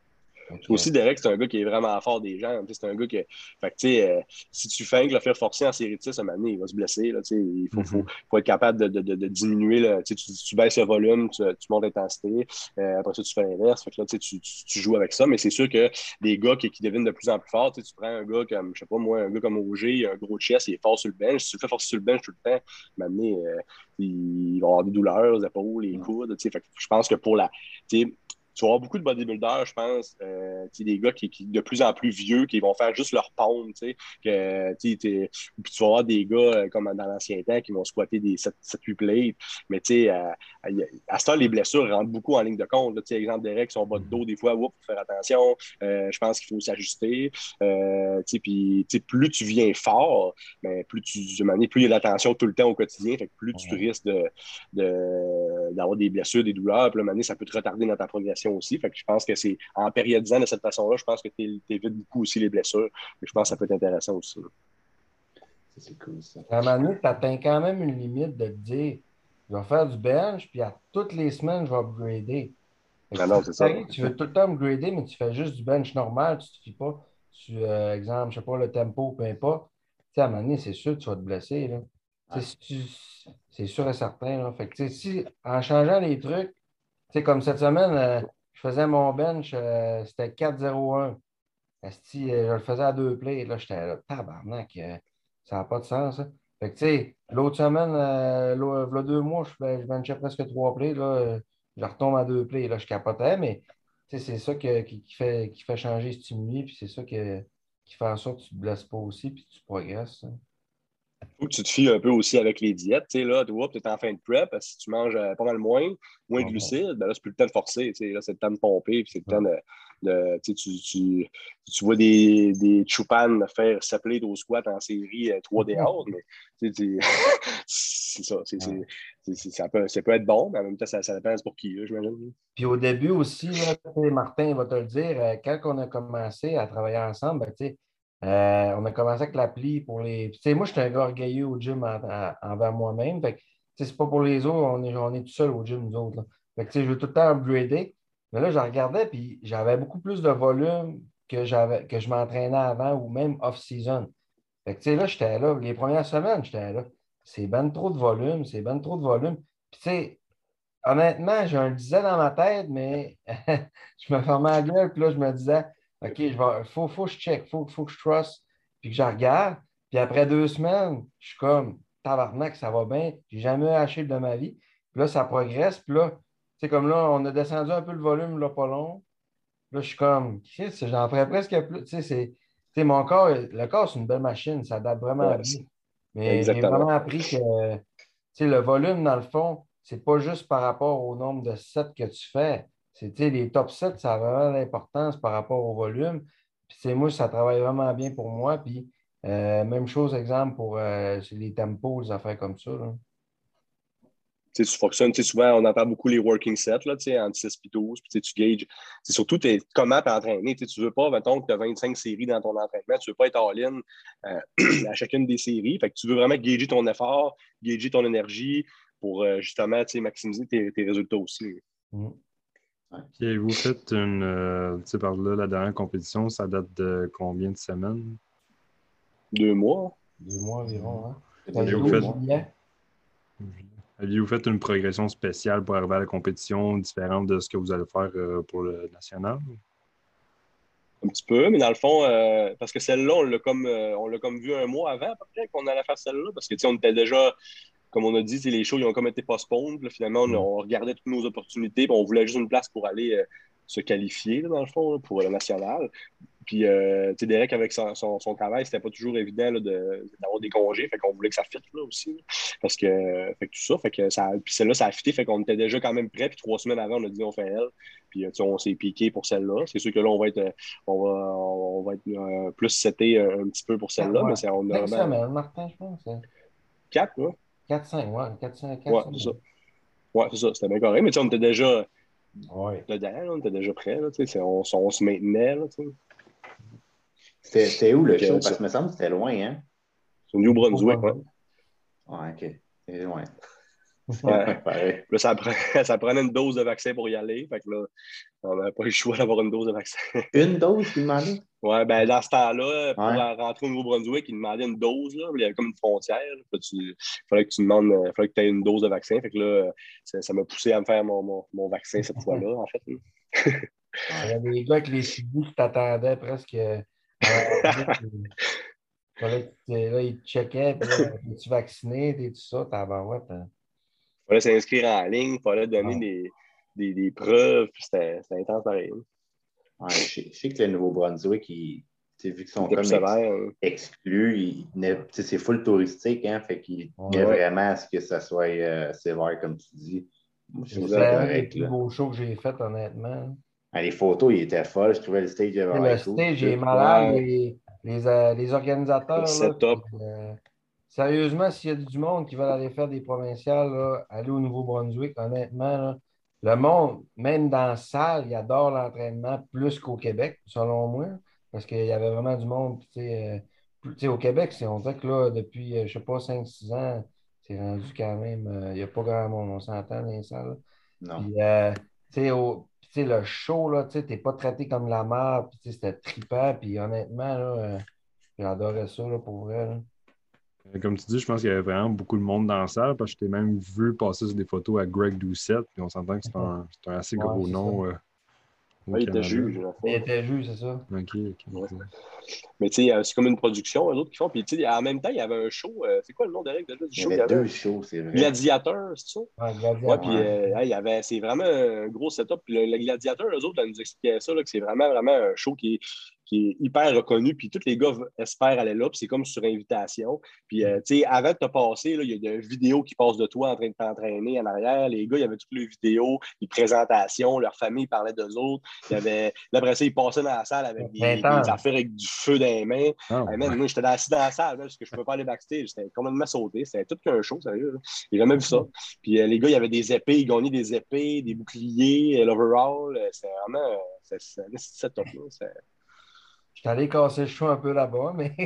Aussi, Derek, c'est un gars qui est vraiment fort des jambes. C'est un gars qui. Fait que, tu sais, si tu fais le faire forcer en série de 6, à un moment donné, il va se blesser. Là, il faut être capable de diminuer. Là, tu baisses le volume, tu montes l'intensité. Après ça, tu fais l'inverse. Fait que là, tu joues avec ça. Mais c'est sûr que des gars qui deviennent de plus en plus forts, tu prends un gars comme, je sais pas moi, un gars comme Auger, un gros chest, il est fort sur le bench. Si tu le fais forcer sur le bench tout le temps, à un moment donné, il va avoir des douleurs aux épaules, les coudes. Fait que je pense que pour la. Tu vas avoir beaucoup de bodybuilders, je pense, des gars qui de plus en plus vieux, qui vont faire juste leur pompe, puis tu vas avoir des gars comme dans l'ancien temps qui vont squatter des 7-8 plates, mais à ce temps, les blessures rentrent beaucoup en ligne de compte. Là, exemple, Derek, son bas de dos, des fois, faut faire attention, je pense qu'il faut s'ajuster, puis plus tu viens fort, mais plus il y a d'attention tout le temps au quotidien, fait que plus tu risques d'avoir des blessures, des douleurs, puis là, ça peut te retarder dans ta progression aussi. Fait que je pense que c'est en périodisant de cette façon-là, je pense que tu évites beaucoup aussi les blessures. Je pense que ça peut être intéressant aussi. C'est cool, ça. À un moment donné, tu atteins quand même une limite de te dire, je vais faire du bench, puis à toutes les semaines, je vais upgrader. Non, c'est ça. Tu veux tout le temps upgrader, mais tu fais juste du bench normal, tu ne te fies pas sur, exemple, je ne sais pas, le tempo, peu importe. À un moment donné, c'est sûr que tu vas te blesser. Là. Ouais. C'est sûr et certain. Là. Fait que, si, en changeant les trucs, comme cette semaine, je faisais mon bench, c'était 4-0-1. Je le faisais à 2 plays. Là, j'étais là, tabarnak, ça n'a pas de sens. Hein. Fait que, tu sais, l'autre semaine, il y a 2 mois, je benchais presque 3 plays. Là, je retombe à 2 plays. Là, je capotais, mais c'est ça qui fait changer le stimuli, puis c'est ça qui fait en sorte que tu ne te blesses pas aussi, puis tu progresses. Hein. Faut que tu te fies un peu aussi avec les diètes. Tu sais, là, tu es en fin de prep. Si tu manges pas mal moins de glucides, ben là, c'est plus le temps de forcer. Tu sais, là, c'est le temps de pomper. Puis c'est le temps tu vois des Chupan faire s'appeler au squat en série 3D out, mais c'est ça. Ça peut être bon, mais en même temps, ça dépend pour qui, j'imagine. Puis au début aussi, là, Martin va te le dire, quand on a commencé à travailler ensemble, ben, on a commencé avec l'appli pour les. Moi, je suis un gars orgueilleux au gym envers moi-même. Fait que, c'est pas pour les autres, on est tout seul au gym, nous autres. Là. Fait que, je veux tout le temps upgrader. Mais là, je regardais, puis j'avais beaucoup plus de volume que je m'entraînais avant ou même off-season. Fait que, là, j'étais là. Les premières semaines, j'étais là. C'est ben trop de volume, c'est ben trop de volume. Puis, honnêtement, je le disais dans ma tête, mais je me fermais la gueule, puis là, je me disais, OK, faut que je check, faut que je trust, puis que je regarde. Puis après 2 semaines, je suis comme, tabarnak, ça va bien, j'ai jamais haché de ma vie. Puis là, ça progresse, puis là, comme là, on a descendu un peu le volume, là, pas long. Là, je suis comme, Chris, j'en ferais presque plus. Mon corps, le corps, c'est une belle machine, ça date vraiment bien. Mais j'ai vraiment appris que le volume, dans le fond, c'est pas juste par rapport au nombre de sets que tu fais. Les top sets, ça a vraiment l'importance par rapport au volume. Puis moi, ça travaille vraiment bien pour moi. Puis même chose, exemple, pour les tempos, les affaires comme ça. Là. Tu fonctionnes, souvent, on entend beaucoup les working sets, là, entre 6 et 12, puis tu gages. Surtout, comment t'entraîner. Tu ne veux pas, mettons, que tu as 25 séries dans ton entraînement, tu ne veux pas être all-in à chacune des séries. Fait que tu veux vraiment gager ton effort, gager ton énergie pour justement maximiser tes résultats aussi. Mm. Puis avez-vous fait par là, la dernière compétition, ça date de combien de semaines? 2 mois. 2 mois environ, hein? Aviez-vous fait une progression spéciale pour arriver à la compétition différente de ce que vous allez faire pour le national? Un petit peu, mais dans le fond, parce que celle-là, on l'a comme vu un mois avant, à peu près, qu'on allait faire celle-là, parce que on était déjà, comme on a dit, les shows ils ont comme été postponed. Là, finalement, on regardait toutes nos opportunités, puis on voulait juste une place pour aller se qualifier, là, dans le fond, là, pour le national. Puis, Derek, avec son travail, c'était pas toujours évident là, d'avoir des congés. Fait qu'on voulait que ça fitte là aussi. Là, parce que, fait que tout ça, puis celle-là, ça a fité. Fait qu'on était déjà quand même prêt. Puis 3 semaines avant, on a dit on fait elle. Puis, on s'est piqué pour celle-là. C'est sûr que là, on va être plus seté un petit peu pour celle-là. Ouais. Mais on a 5 semaines, Martin, je pense. 4, là. 4-5, ouais. 4-5, ouais, c'est ça. Ouais, c'est ça. C'était bien correct. Mais on était déjà dedans. Là, on était déjà prêt. Là, on se maintenait. Là, C'était où le show? Parce que me semble que c'était loin, hein? C'est au New Brunswick, ouais. Ouais, OK. Ouais. Ouais. Pareil. Là, ça prenait une dose de vaccin pour y aller. Fait que là, on n'avait pas eu le choix d'avoir une dose de vaccin. Une dose qu'il demandait? Ouais, ben dans ce temps-là, pour Ouais. rentrer au Nouveau-Brunswick, ils demandaient une dose. Là. Il y avait comme une frontière. Il fallait que tu demandes, fallait que tu aies une dose de vaccin. Fait que là, ça m'a poussé à me faire mon vaccin cette fois-là, en fait. Il y avait des gars avec les suivis qui t'attendaient presque avant la visite, puis fallait que là, ils te checkaient, puis là, es-tu vacciné, t'es tout ça, tabarouette. Hein. Il fallait s'inscrire en ligne, il fallait donner Ah. des preuves. Puis c'était intense pareil. Ouais, je sais que le Nouveau-Brunswick, vu qu'ils sont C'était plus comme sévère. Hein. exclus, c'est full touristique, hein, fait qu'ils tenaient Ouais. vraiment à ce que ça soit sévère, comme tu dis. Moi, je trouve C'était ça un des correct. plus Là. beaux shows que j'ai fait, honnêtement. Ah, les photos, ils étaient folles. Je trouvais le stage Tu sais, vraiment le cool. stage est Tout. malade, Ouais, les le organisateurs, là, setup. sérieusement, s'il y a du monde qui veut aller faire des provinciales, là, aller au Nouveau-Brunswick, honnêtement, là, le monde, même dans la salle, il adore l'entraînement plus qu'au Québec, selon moi, parce qu'il y avait vraiment du monde. Puis, tu sais, au Québec, on dirait que là, depuis, je ne sais pas, 5 6 ans, c'est rendu quand même, il n'y a pas grand monde, on s'entend dans les salles. Non. Puis, tu sais, le show, là, tu n'es pas traité comme la merde, puis tu sais, c'était trippant, puis honnêtement, là, j'adorais ça, là, pour vrai. Là. Comme tu dis, je pense qu'il y avait vraiment beaucoup de monde dans la salle parce que je t'ai même vu passer sur des photos à Greg Doucette, puis on s'entend que c'est un assez Ouais, gros c'est ça. nom au Ouais, il était Canada. juge, dans le Il fond. était juste, c'est ça. Ok, Ouais. ok. Mais tu sais, c'est comme une production, eux autres qui font. Puis tu sais, en même temps, il y avait un show. C'est quoi le nom d'Eric déjà du Il y show? Il y avait avait 2 shows, c'est vrai. Gladiateur, c'est ça? Ouais, Ouais, puis gladiateur. hey, c'est vraiment un gros setup. Puis le Gladiateur, eux autres, là, nous expliquaient ça, là, que c'est vraiment, vraiment un show qui est hyper reconnu. Puis tous les gars espèrent aller là. Puis c'est comme sur invitation. Puis, tu sais, avant de te passer, là, il y a des vidéos qui passent de toi en train de t'entraîner en arrière. Les gars, il y avait toutes les vidéos, les présentations, leur famille parlait d'eux autres. Il y avait, là, après ça, ils passaient dans la salle avec C'est des intense. affaires avec du feu dans les mains. Ah, Hey, ouais. man, moi, j'étais assis dans la salle là, parce que je ne pouvais pas aller backstage. C'était complètement sauté. C'était tout qu'un show, sérieux. Là. J'ai jamais vu ça. Puis les gars, il y avait des épées, ils gagnaient des épées, des boucliers, l'overall. C'était vraiment c'est un setup. Là. Je suis allé casser le show un peu là-bas, mais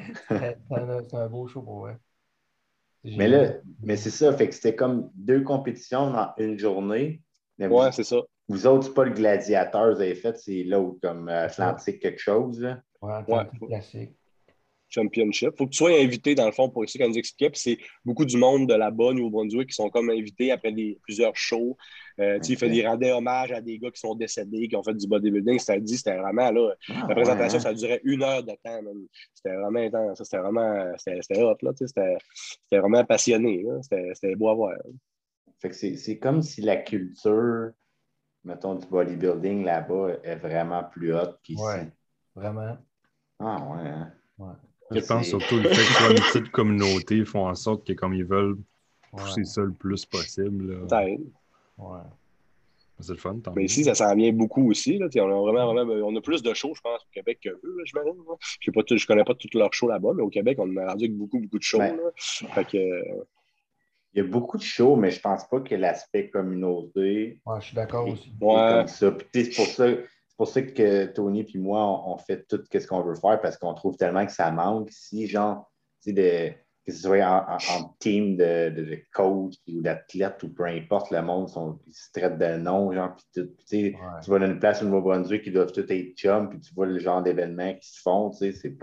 c'est un beau show pour vrai. Mais là, mais c'est ça, fait que c'était comme 2 compétitions dans une journée. Mais Ouais, c'est ça. vous autres, c'est pas le gladiateur que vous avez fait, c'est l'autre, comme Atlantique quelque chose. Là. Ouais, Ouais. Atlantique classique. Championship. Faut que tu sois invité, dans le fond, pour ça qu'on nous expliquait. Puis c'est beaucoup du monde de là-bas, au Nouveau-Brunswick, qui sont comme invités après plusieurs shows. Il fait des rendez hommages à des gars qui sont décédés, qui ont fait du bodybuilding. C'était vraiment, là, Ah, la présentation, ouais, hein? ça durait 1 heure de temps. Même. C'était vraiment intense. C'était vraiment, c'était hot, là. C'était vraiment passionné. Là. C'était beau à voir. Fait que c'est comme si la culture, mettons, du bodybuilding là-bas est vraiment plus haute qu'ici. Ouais, vraiment. Ah, ouais, hein? Ouais. Je pense surtout le fait que ce soit une petite communauté font en sorte que comme ils veulent pousser Ouais. ça le plus possible. Là. Ça aide. Ouais. C'est le fun, tant Mais mieux. ici, ça s'en vient beaucoup aussi. Là. On a plus de shows, je pense, au Québec que eux, là, j'imagine. Là. Je connais pas tous leurs shows là-bas, mais au Québec, on a rendu avec beaucoup, beaucoup de shows. Ben, Là. Fait que, il y a beaucoup de shows, mais je pense pas que l'aspect communauté Ouais, je suis d'accord est, aussi. est ouais, comme ça. Puis, tu sais, c'est pour ça que Tony et moi, on fait tout ce qu'on veut faire parce qu'on trouve tellement que ça manque. Si, genre, tu sais, que ce soit en team de coach ou d'athlète ou peu importe, le monde, ils se traitent de nom, genre, puis tu sais, Ouais. tu vas dans une place au Nouveau-Brunswick, ils doivent tous être chums, puis tu vois le genre d'événements qui se font, tu sais, c'est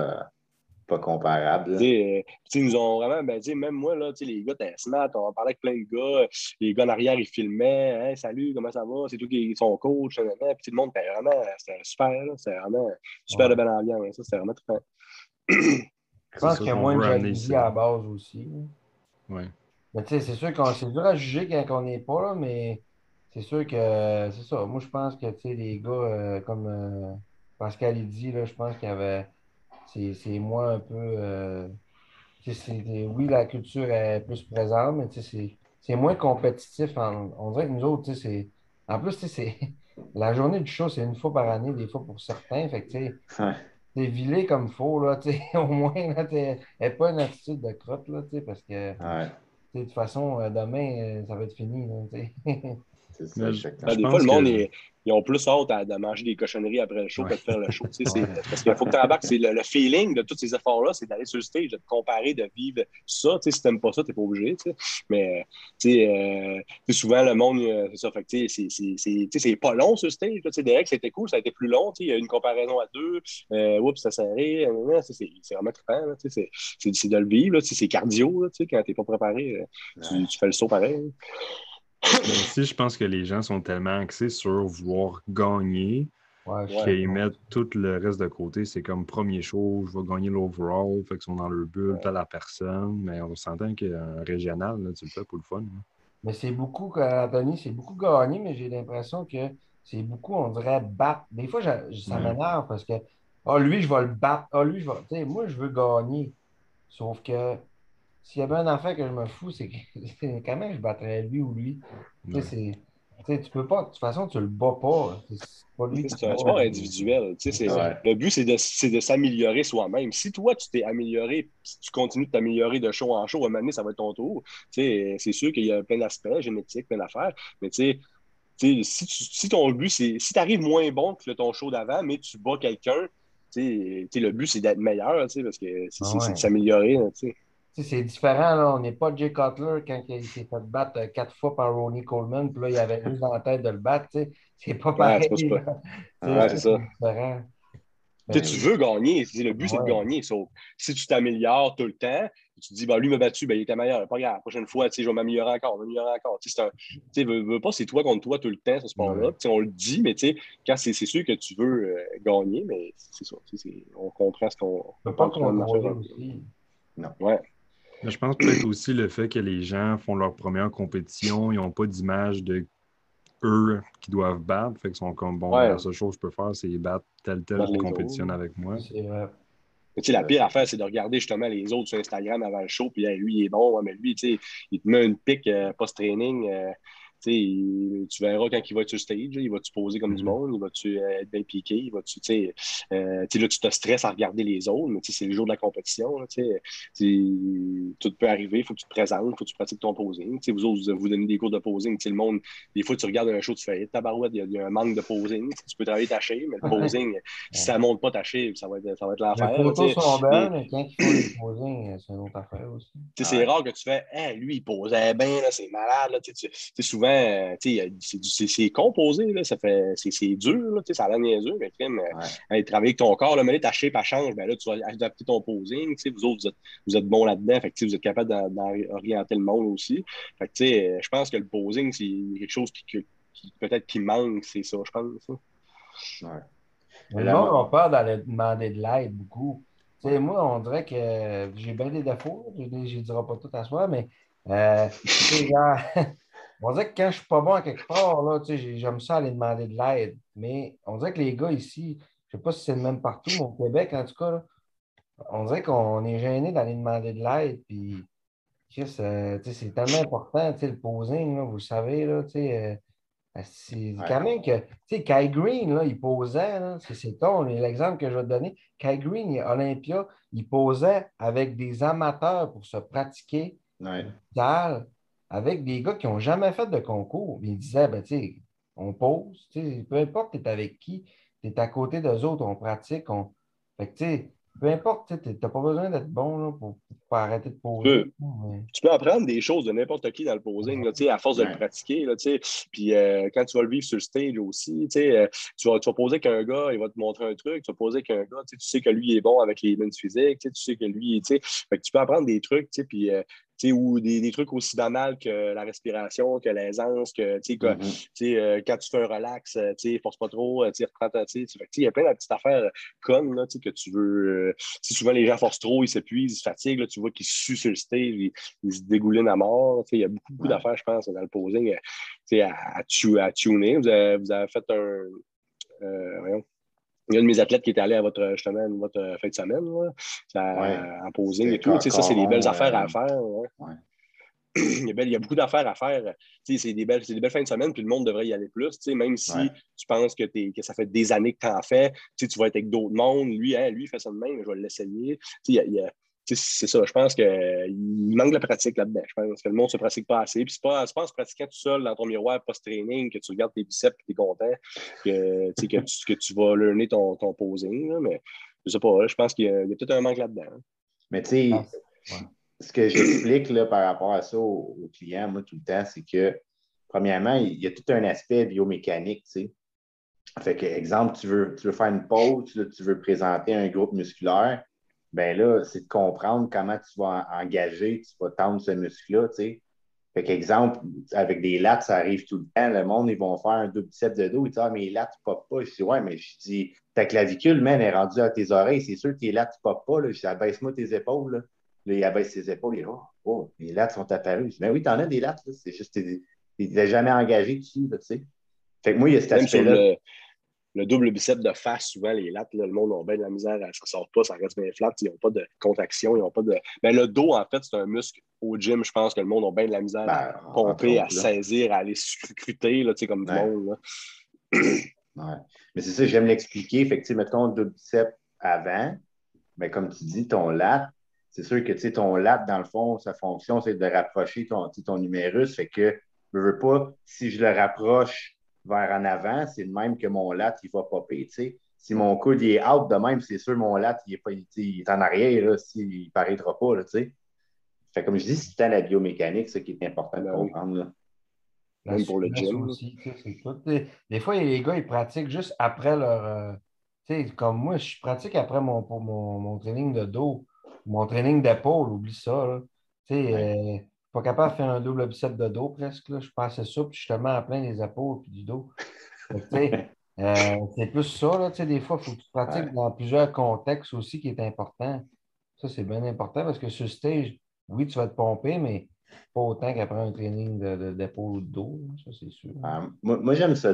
pas comparable. Là. ils nous ont vraiment, ben, même moi, là, les gars, t'es smart, on parlait avec plein de gars, les gars en arrière, ils filmaient, hey, salut, comment ça va, c'est tout qui sont coach, nanana. Puis tout le monde, c'était super, là, c'était vraiment super Ouais. de belle ambiance, ça, c'était vraiment très. Je pense ça qu'il y a qu'on moins de veut amener jalousie ça. à la base aussi. Ouais. Mais tu sais, c'est sûr qu'on c'est dur à juger quand on n'est pas là, mais c'est sûr que c'est ça. Moi, je pense que tu sais, les gars comme Pascal il dit, là, je pense qu'il y avait. C'est moins un peu. Tu sais, oui, la culture est plus présente, mais tu sais, c'est moins compétitif. On dirait que nous autres, tu sais, c'est. En plus, tu sais, c'est. La journée du show, c'est une fois par année, des fois pour certains. Fait que, tu sais, Ouais. t'es vilé comme faut, là, tu sais, au moins, là, pas une attitude de crotte, là, tu sais, parce que. Ouais. De toute façon, demain, ça va être fini. Là, C'est ça, Mais exactement. Des fois, pense le monde, que... ils ont plus hâte de manger des cochonneries après le show que de faire le show. Ouais. Parce qu'il faut que tu embarques. C'est le feeling de tous ces efforts-là, c'est d'aller sur le stage, de te comparer, de vivre ça. Si tu n'aimes pas ça, tu n'es pas obligé. T'sais. Mais souvent, le monde, c'est ça. Fait que, c'est pas long sur le stage. Derek, c'était cool, ça a été plus long. Il y a une comparaison à deux. Oups, ça serré. C'est vraiment trippant. C'est de le vivre. Là, c'est cardio. Là, quand tu n'es pas préparé, tu fais le saut pareil. Mais aussi, je pense que les gens sont tellement axés sur vouloir gagner Ouais, qu'ils mettent tout le reste de côté. C'est comme premier show, je vais gagner l'overall, fait qu'ils sont dans leur bulle, pas la personne. Mais on s'entend qu'un régional, là, tu le fais pour le fun. Là. Mais c'est beaucoup, Anthony, c'est beaucoup gagné, mais j'ai l'impression que c'est beaucoup, on dirait, battre. Des fois, ça m'énerve parce que, lui, je vais le battre. Lui, je vais. Tu sais, moi, je veux gagner. Sauf que s'il y avait un enfant que je me fous, c'est que quand même, je battrais lui ou lui. Tu sais, Ouais. tu peux pas, de toute façon, tu le bats pas. C'est pas lui qui C'est un bat. sport individuel. Le but, c'est de s'améliorer soi-même. Si toi, tu t'es amélioré, si tu continues de t'améliorer de show en show, à un moment donné, ça va être ton tour. C'est sûr qu'il y a plein d'aspects génétiques, plein d'affaires. Mais si ton but, c'est si tu arrives moins bon que ton show d'avant, mais tu bats quelqu'un, le but, c'est d'être meilleur, parce que c'est Ah de ouais. s'améliorer. Tu sais, c'est différent, là. On n'est pas Jay Cutler quand il s'est fait battre 4 fois par Ronnie Coleman, puis là, il avait juste dans la tête de le battre, tu sais. C'est pas Ouais, pareil, c'est pas. là. Ouais, c'est C'est ça. différent. Ben Tu oui. veux gagner. Le but, Ah c'est de ouais. gagner. Sauf si tu t'améliores tout le temps, tu te dis, lui m'a battu, il était meilleur. Pas grave, la prochaine fois, je vais m'améliorer encore, m'améliorer encore. Veux pas, c'est toi contre toi tout le temps, ce sport-là. Ouais. On le dit, mais quand c'est sûr que tu veux gagner, mais c'est ça. On comprend ce qu'on Tu peux pas parle tout le monde contrôler d'affaires un peu. aussi. Non. Ouais. Mais je pense peut-être aussi le fait que les gens font leur première compétition, ils n'ont pas d'image de eux qui doivent battre. Fait qu'ils sont comme, bon, Ouais. la seule chose que je peux faire, c'est battre tel Dans qui les compétitionne autres. avec moi. C'est vrai. Mais la pire affaire, c'est de regarder justement les autres sur Instagram avant le show, puis lui, il est bon, mais lui, il te met une pique post-training. Tu verras quand il va être sur stage, il va-tu poser comme du monde, il va-tu être bien piqué, il va-tu, là, tu te stresses à regarder les autres, mais c'est le jour de la compétition, là, tout peut arriver, il faut que tu te présentes, il faut que tu pratiques ton posing. Vous autres, vous donnez des cours de posing, le monde, des fois, tu regardes un show, tu fais tabarouette, il y a un manque de posing, tu peux travailler ta shape, mais le posing, si ça ne monte pas ta shape, ça va être Les l'enfer. photos sont Mais belles, mais quand ils font les posings, c'est une autre affaire aussi. c'est rare que tu fais lui, il posait bien, là, c'est malade. Là, souvent, c'est composé, là, c'est dur, là, ça a l'air niaiseux, mais travailler avec ton corps, là, mais ta shape, elle change, ben, là, tu vas adapter ton posing. Vous autres, vous êtes bons là-dedans, fait que, vous êtes capable d'orienter le monde aussi. Fait que, je pense que le posing, c'est quelque chose qui peut-être qui manque, c'est ça, je pense. Ouais. Mais le monde a peur d'aller demander de l'aide beaucoup. Tu sais, moi, on dirait que j'ai bien des défauts. Je ne dirai pas tout à soi, mais tu sais, genre, on dirait que quand je suis pas bon à quelque part, là, tu sais, j'aime ça aller demander de l'aide. Mais on dirait que les gars ici, je ne sais pas si c'est le même partout, mais au Québec, en tout cas, là, on dirait qu'on est gêné d'aller demander de l'aide. Puis, Chris, tu sais, c'est tellement important, tu sais, le posing, là, vous le savez, là, tu sais. C'est quand même que, tu sais, Kai Green, là, il posait, là, c'est con, l'exemple que je vais te donner. Kai Green, il est Olympia, il posait avec des amateurs pour se pratiquer dalle, avec des gars qui n'ont jamais fait de concours. Il disait, ben, tu sais, on pose, tu sais, peu importe tu es avec qui, tu es à côté d'eux autres, on pratique, Fait que, tu sais, peu importe, tu n'as pas besoin d'être bon là, pour arrêter de poser. Tu peux apprendre des choses de n'importe qui dans le posing, là, à force de le pratiquer. Là, puis quand tu vas le vivre sur le stage aussi, tu vas poser qu'un gars, il va te montrer un truc, tu vas poser qu'un gars, tu sais que lui est bon avec les mains physiques, tu sais que lui, fait que tu peux apprendre des trucs, puis ou des trucs aussi banals que la respiration, que l'aisance, que, quand tu fais un relax, force pas trop, reprends ta, il y a plein de petites affaires connes là, que tu veux. Souvent, les gens forcent trop, ils s'épuisent, ils se fatiguent, là, tu vois qu'ils suent sur le stage, ils se dégoulinent à mort. Il y a beaucoup d'affaires, je pense, dans le posing à tuner. Vous avez fait voyons. Il y a un de mes athlètes qui est allé à votre fin de semaine, en posing et tout. Ça, c'est des belles affaires à faire. Il y a beaucoup d'affaires à faire. C'est des belles fins de semaine, puis le monde devrait y aller plus. Même si tu penses que ça fait des années que tu en fais, tu vas être avec d'autres mondes. Lui, il fait ça de même, je vais l'essayer. Il c'est ça. Je pense qu'il manque de pratique là-dedans. Je pense que le monde ne se pratique pas assez. Puis c'est pas en se pratiquant tout seul dans ton miroir post-training que tu regardes tes biceps et tu es content que tu vas learner ton posing. Là. Mais je sais pas, là, je pense qu'il y a peut-être un manque là-dedans. Hein. Mais tu sais, ce que j'explique là, par rapport à ça aux clients, moi, tout le temps, c'est que, premièrement, il y a tout un aspect biomécanique, tu sais. Fait que, exemple, tu veux faire une pause, là, tu veux présenter un groupe musculaire, bien là, c'est de comprendre comment tu vas engager, tu vas tendre ce muscle-là, tu sais. Fait qu'exemple, avec des lattes, ça arrive tout le temps. Le monde, ils vont faire un double biceps de dos. Ils disent, ah, mes lattes ne popent pas. Je dis, ouais, mais je dis, ta clavicule, man, est rendue à tes oreilles. C'est sûr que tes lattes ne popent pas. Là. Je dis, abaisse-moi tes épaules. Là, il abaisse ses épaules. Il dit, oh, les lattes sont apparues. Je dis, ben oui, t'en as des lattes. Là. C'est juste, tu n'es jamais engagé dessus, là, tu sais. Fait que moi, il y a cet aspect-là. Le double bicep de face, souvent, les lattes, là, le monde a bien de la misère, ça ne sort pas, ça reste bien flat, ils n'ont pas de contraction, ils n'ont pas de. Mais le dos, en fait, c'est un muscle au gym, je pense que le monde a bien de la misère à pomper, à saisir, à aller scruter, là, comme du monde. Là. Ouais. Mais c'est ça, j'aime l'expliquer. Fait que, mettons le double bicep avant, mais comme tu dis, ton lat, c'est sûr que ton lat, dans le fond, sa fonction, c'est de rapprocher ton numérus. Fait que je veux pas, si je le rapproche vers en avant, c'est le même que mon lat, il va popper. T'sais. Si mon coude il est out de même, c'est sûr mon lat, il est en arrière, là, il ne paraîtra pas. Là, t'sais. Fait comme je dis, c'est la biomécanique, ça qui est important de comprendre. Là. Même pour le gym. Aussi, c'est tout. Des fois, les gars, ils pratiquent juste après leur. Comme moi, je pratique après mon training de dos, mon training d'épaule, oublie ça. Pas capable de faire un double bicep de dos presque. Là. Je passe ça, puis je suis tellement à plein des épaules et du dos. C'est plus ça. Là, des fois, il faut que tu pratiques dans plusieurs contextes aussi qui est important. Ça, c'est bien important parce que sur stage, oui, tu vas te pomper, mais pas autant qu'après un training d'épaule ou de dos. Ça, c'est sûr. Moi, j'aime ça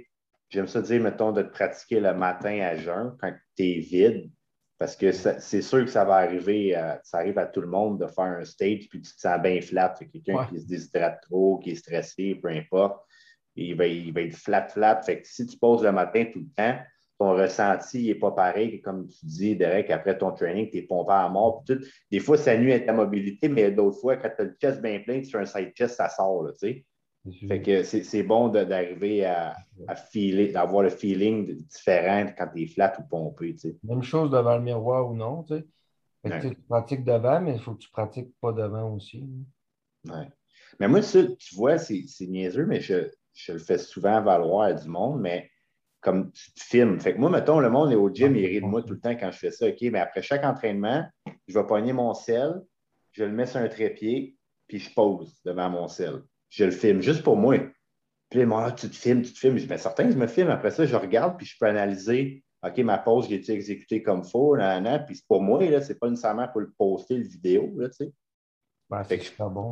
dire, mettons, de te pratiquer le matin à jeun quand tu es vide. Parce que c'est sûr que ça va arriver, ça arrive à tout le monde de faire un stage puis tu te sens bien flat. Quelqu'un qui se déshydrate trop, qui est stressé, peu importe, il va être flat. Fait que si tu poses le matin tout le temps, ton ressenti n'est pas pareil que comme tu dis, Derek, après ton training, tu es pompé à mort. Tout. Des fois, ça nuit à ta mobilité, mais d'autres fois, quand tu as le chest bien plein, tu fais un side chest, ça sort. Là, tu sais. Fait que c'est bon d'arriver à filer, d'avoir le feeling différent quand tu es flat ou pompé. Tu sais. Même chose devant le miroir ou non. Tu sais. Fait que, tu pratiques devant, mais il faut que tu ne pratiques pas devant aussi. Ouais. Mais moi, ça, tu vois, c'est niaiseux, mais je le fais souvent valoir à du monde, mais comme tu te filmes. Fait que moi, mettons, le monde est au gym, il rit de moi tout le temps quand je fais ça. OK, mais après chaque entraînement, je vais pogner mon sel, je le mets sur un trépied, puis je pose devant mon sel. Je le filme juste pour moi. Puis là, tu te filmes. Je dis, bien certain, je me filme. Après ça, je regarde, puis je peux analyser, OK, ma pause, j'ai-tu exécutée comme il faut, puis c'est pour moi, là, c'est pas nécessairement pour le poster, le vidéo, là, tu sais. C'est super bon.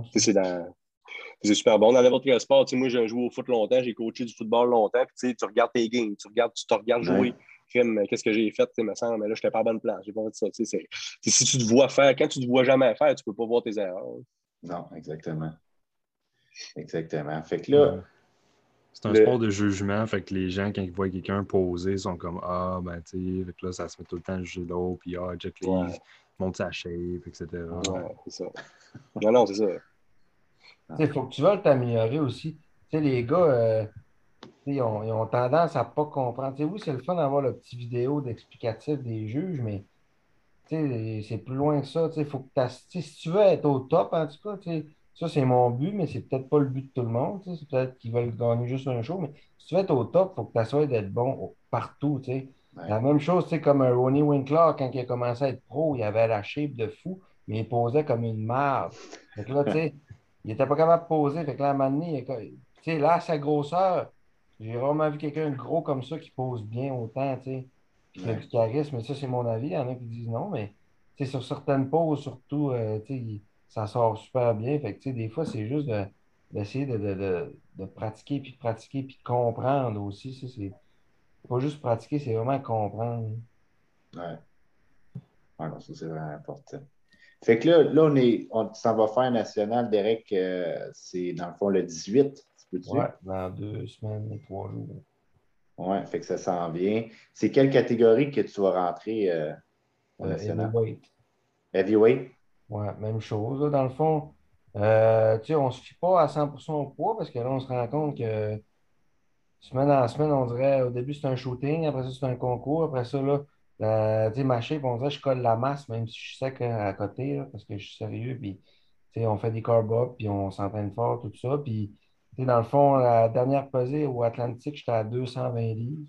C'est super bon. Dans n'importe quel sport, moi, j'ai joué au foot longtemps, j'ai coaché du football longtemps, puis tu regardes tes games, tu te regardes jouer. Qu'est-ce que j'ai fait, me semble, mais là, je n'étais pas à bonne place. J'ai pas fait ça. Si tu te vois faire, quand tu ne te vois jamais faire, tu ne peux pas voir tes erreurs. Non, exactement. Exactement. Fait que là. C'est un sport de jugement, fait que les gens, quand ils voient quelqu'un poser, sont comme ah, ben, tu sais, là, ça se met tout le temps à juger l'autre, puis ah, Jack Lee monte sa shape, etc. Ouais, c'est ça. Non, c'est ça. Il faut que tu veuilles t'améliorer aussi. Les gars, ils ont tendance à ne pas comprendre. Oui, c'est le fun d'avoir le petit vidéo d'explicatif des juges, mais c'est plus loin que ça. Faut que si tu veux être au top, en tout cas, ça c'est mon but, mais c'est peut-être pas le but de tout le monde. C'est peut-être qu'ils veulent gagner juste un show, mais si tu veux être au top, il faut que tu assoies d'être bon partout. Ouais. La même chose, comme Ronnie Winkler, quand il a commencé à être pro, il avait la shape de fou, mais il posait comme une merde. Fait que là, il n'était pas capable de poser. Fait que là, à un moment donné, là, à sa grosseur, j'ai rarement vu quelqu'un de gros comme ça qui pose bien autant, qui a du charisme. Mais ça, c'est mon avis. Il y en a qui disent non, mais sur certaines poses, surtout, ça sort super bien. Fait que, des fois, c'est juste d'essayer de pratiquer, puis de pratiquer, puis de comprendre aussi. Ça, c'est pas juste pratiquer, c'est vraiment comprendre. Ouais. Non, ça, c'est vraiment important. Fait que là on s'en va faire national, Derek, c'est dans le fond le 18, tu peux-tu? Ouais, dans 2 semaines et 3 jours. Ouais, fait que ça s'en vient. C'est quelle catégorie que tu vas rentrer au national? Heavyweight. Heavyweight? Ouais, même chose. Là, dans le fond, on ne se fie pas à 100% au poids parce que là, on se rend compte que semaine en semaine, on dirait au début, c'est un shooting, après ça, c'est un concours, après ça, là, ma shape, on dirait que je colle la masse, même si je suis sec à côté, là, parce que je suis sérieux. Puis, on fait des carb-up, puis on s'entraîne fort, tout ça. Puis, dans le fond, la dernière pesée au Atlantique, j'étais à 220 livres.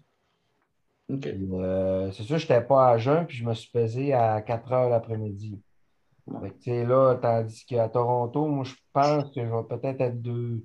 OK. Puis, c'est sûr, je n'étais pas à jeun, puis je me suis pesé à 4 heures l'après-midi. Fait que, là, tandis qu'à Toronto, moi, je pense que je vais peut-être être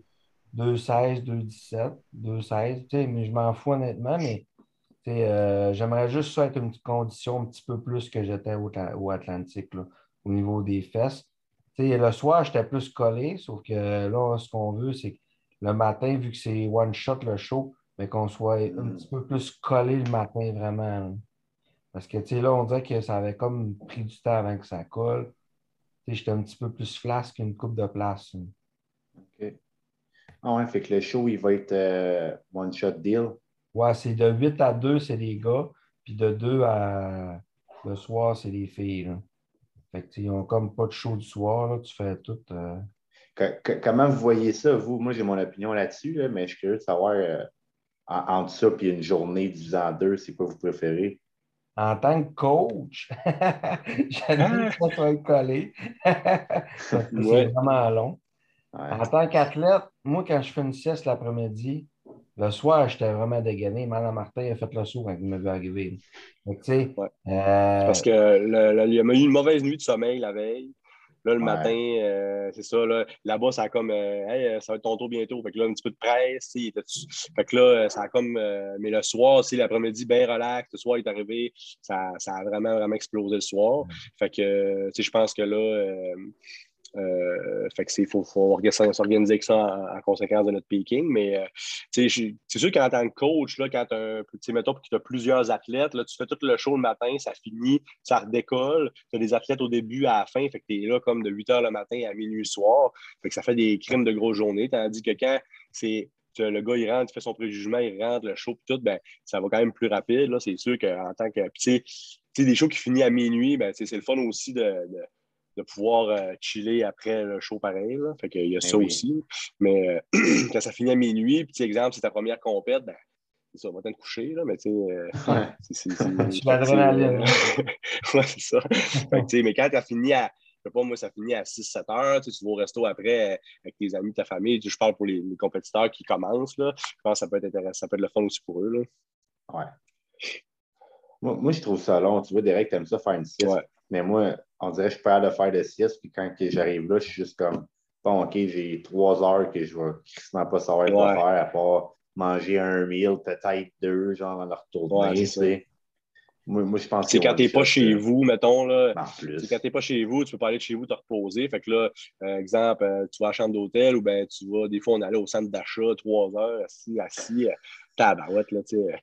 2,16, 2,17, 2,16, mais je m'en fous honnêtement, mais j'aimerais juste ça être une petite condition un petit peu plus que j'étais au Atlantique, là, au niveau des fesses. Le soir, j'étais plus collé, sauf que là, ce qu'on veut, c'est que le matin, vu que c'est one shot le show, mais qu'on soit un petit peu plus collé le matin, vraiment, là. Parce que là, on dirait que ça avait comme pris du temps avant que ça colle. J'étais un petit peu plus flasque qu'une coupe de place, là. OK. Ah ouais, fait que le show, il va être one-shot deal. Ouais, c'est de 8 à 2 c'est les gars, puis de 2 à le soir, c'est les filles, là. Fait que, ils n'ont comme pas de show du soir, là, tu fais tout. Comment vous voyez ça, vous? Moi, j'ai mon opinion là-dessus, là, mais je suis curieux de savoir entre ça et une journée divisée en deux, c'est quoi vous préférez? En tant que coach, j'aime que ça soit collé, parce que c'est Ouais. vraiment long. Ouais. En tant qu'athlète, moi, quand je fais une sieste l'après-midi, le soir, j'étais vraiment dégainé. Madame Martin a fait le saut quand il m'a vu arriver. Fait que, tu sais, Ouais. C'est parce que il y a eu une mauvaise nuit de sommeil la veille. Là, le matin, Ouais. c'est ça. Là-bas, ça a comme hey, ça va être ton tour bientôt. Fait que là, un petit peu de presse. Fait que là, ça a comme. Mais le soir, l'après-midi, bien relax. Le soir, il est arrivé. Ça a vraiment, vraiment explosé le soir. Fait que, je pense que là. Fait que faut s'organiser avec ça en conséquence de notre peaking. Mais c'est sûr qu'en tant que coach, là, quand mettons que tu as plusieurs athlètes, là, tu fais tout le show le matin, ça finit, ça redécolle. Tu as des athlètes au début à la fin, fait que tu es là comme de 8 heures le matin à minuit le soir. Fait que ça fait des crimes de grosse journée. Tandis que quand le gars, il rentre, il fait son préjugement, il rentre, le show, tout, ben, ça va quand même plus rapide. Là, c'est sûr qu'en tant que. Des shows qui finissent à minuit, ben, c'est le fun aussi de pouvoir chiller après le show pareil. Là. Fait qu'il y a Eh ça oui. aussi. Mais quand ça finit à minuit, puis exemple, c'est ta première compète, ben, c'est ça, on va te coucher, là, mais tu Ouais. sais, sur l'adrénaline. ouais, c'est ça. Fait que, mais quand tu as fini à, je sais pas, moi, ça finit à 6-7 heures, tu vas au resto après avec tes amis, ta famille, je parle pour les compétiteurs qui commencent, là, je pense que ça peut être intéressant, ça peut être le fun aussi pour eux, là. Ouais. Moi, je trouve ça long. Tu vois, Derek, t'aimes ça faire une sieste. Ouais. Mais moi, on dirait que je suis peur de faire de sieste. Puis quand j'arrive là, je suis juste comme, bon, OK, j'ai 3 heures que je vais quasiment pas savoir quoi Ouais. faire à part manger un meal, peut-être deux, genre, en Ouais, retourner, c'est tu ça. sais. Moi, je pense Tu sais, que quand one t'es pas shot, chez vous, mettons, là, en quand plus. t'es pas chez vous, tu peux pas aller de chez vous te reposer. Fait que là, exemple, tu vas à la chambre d'hôtel ou ben tu vas, des fois, on allait au centre d'achat 3 heures, assis, tabarouette, là, tu sais.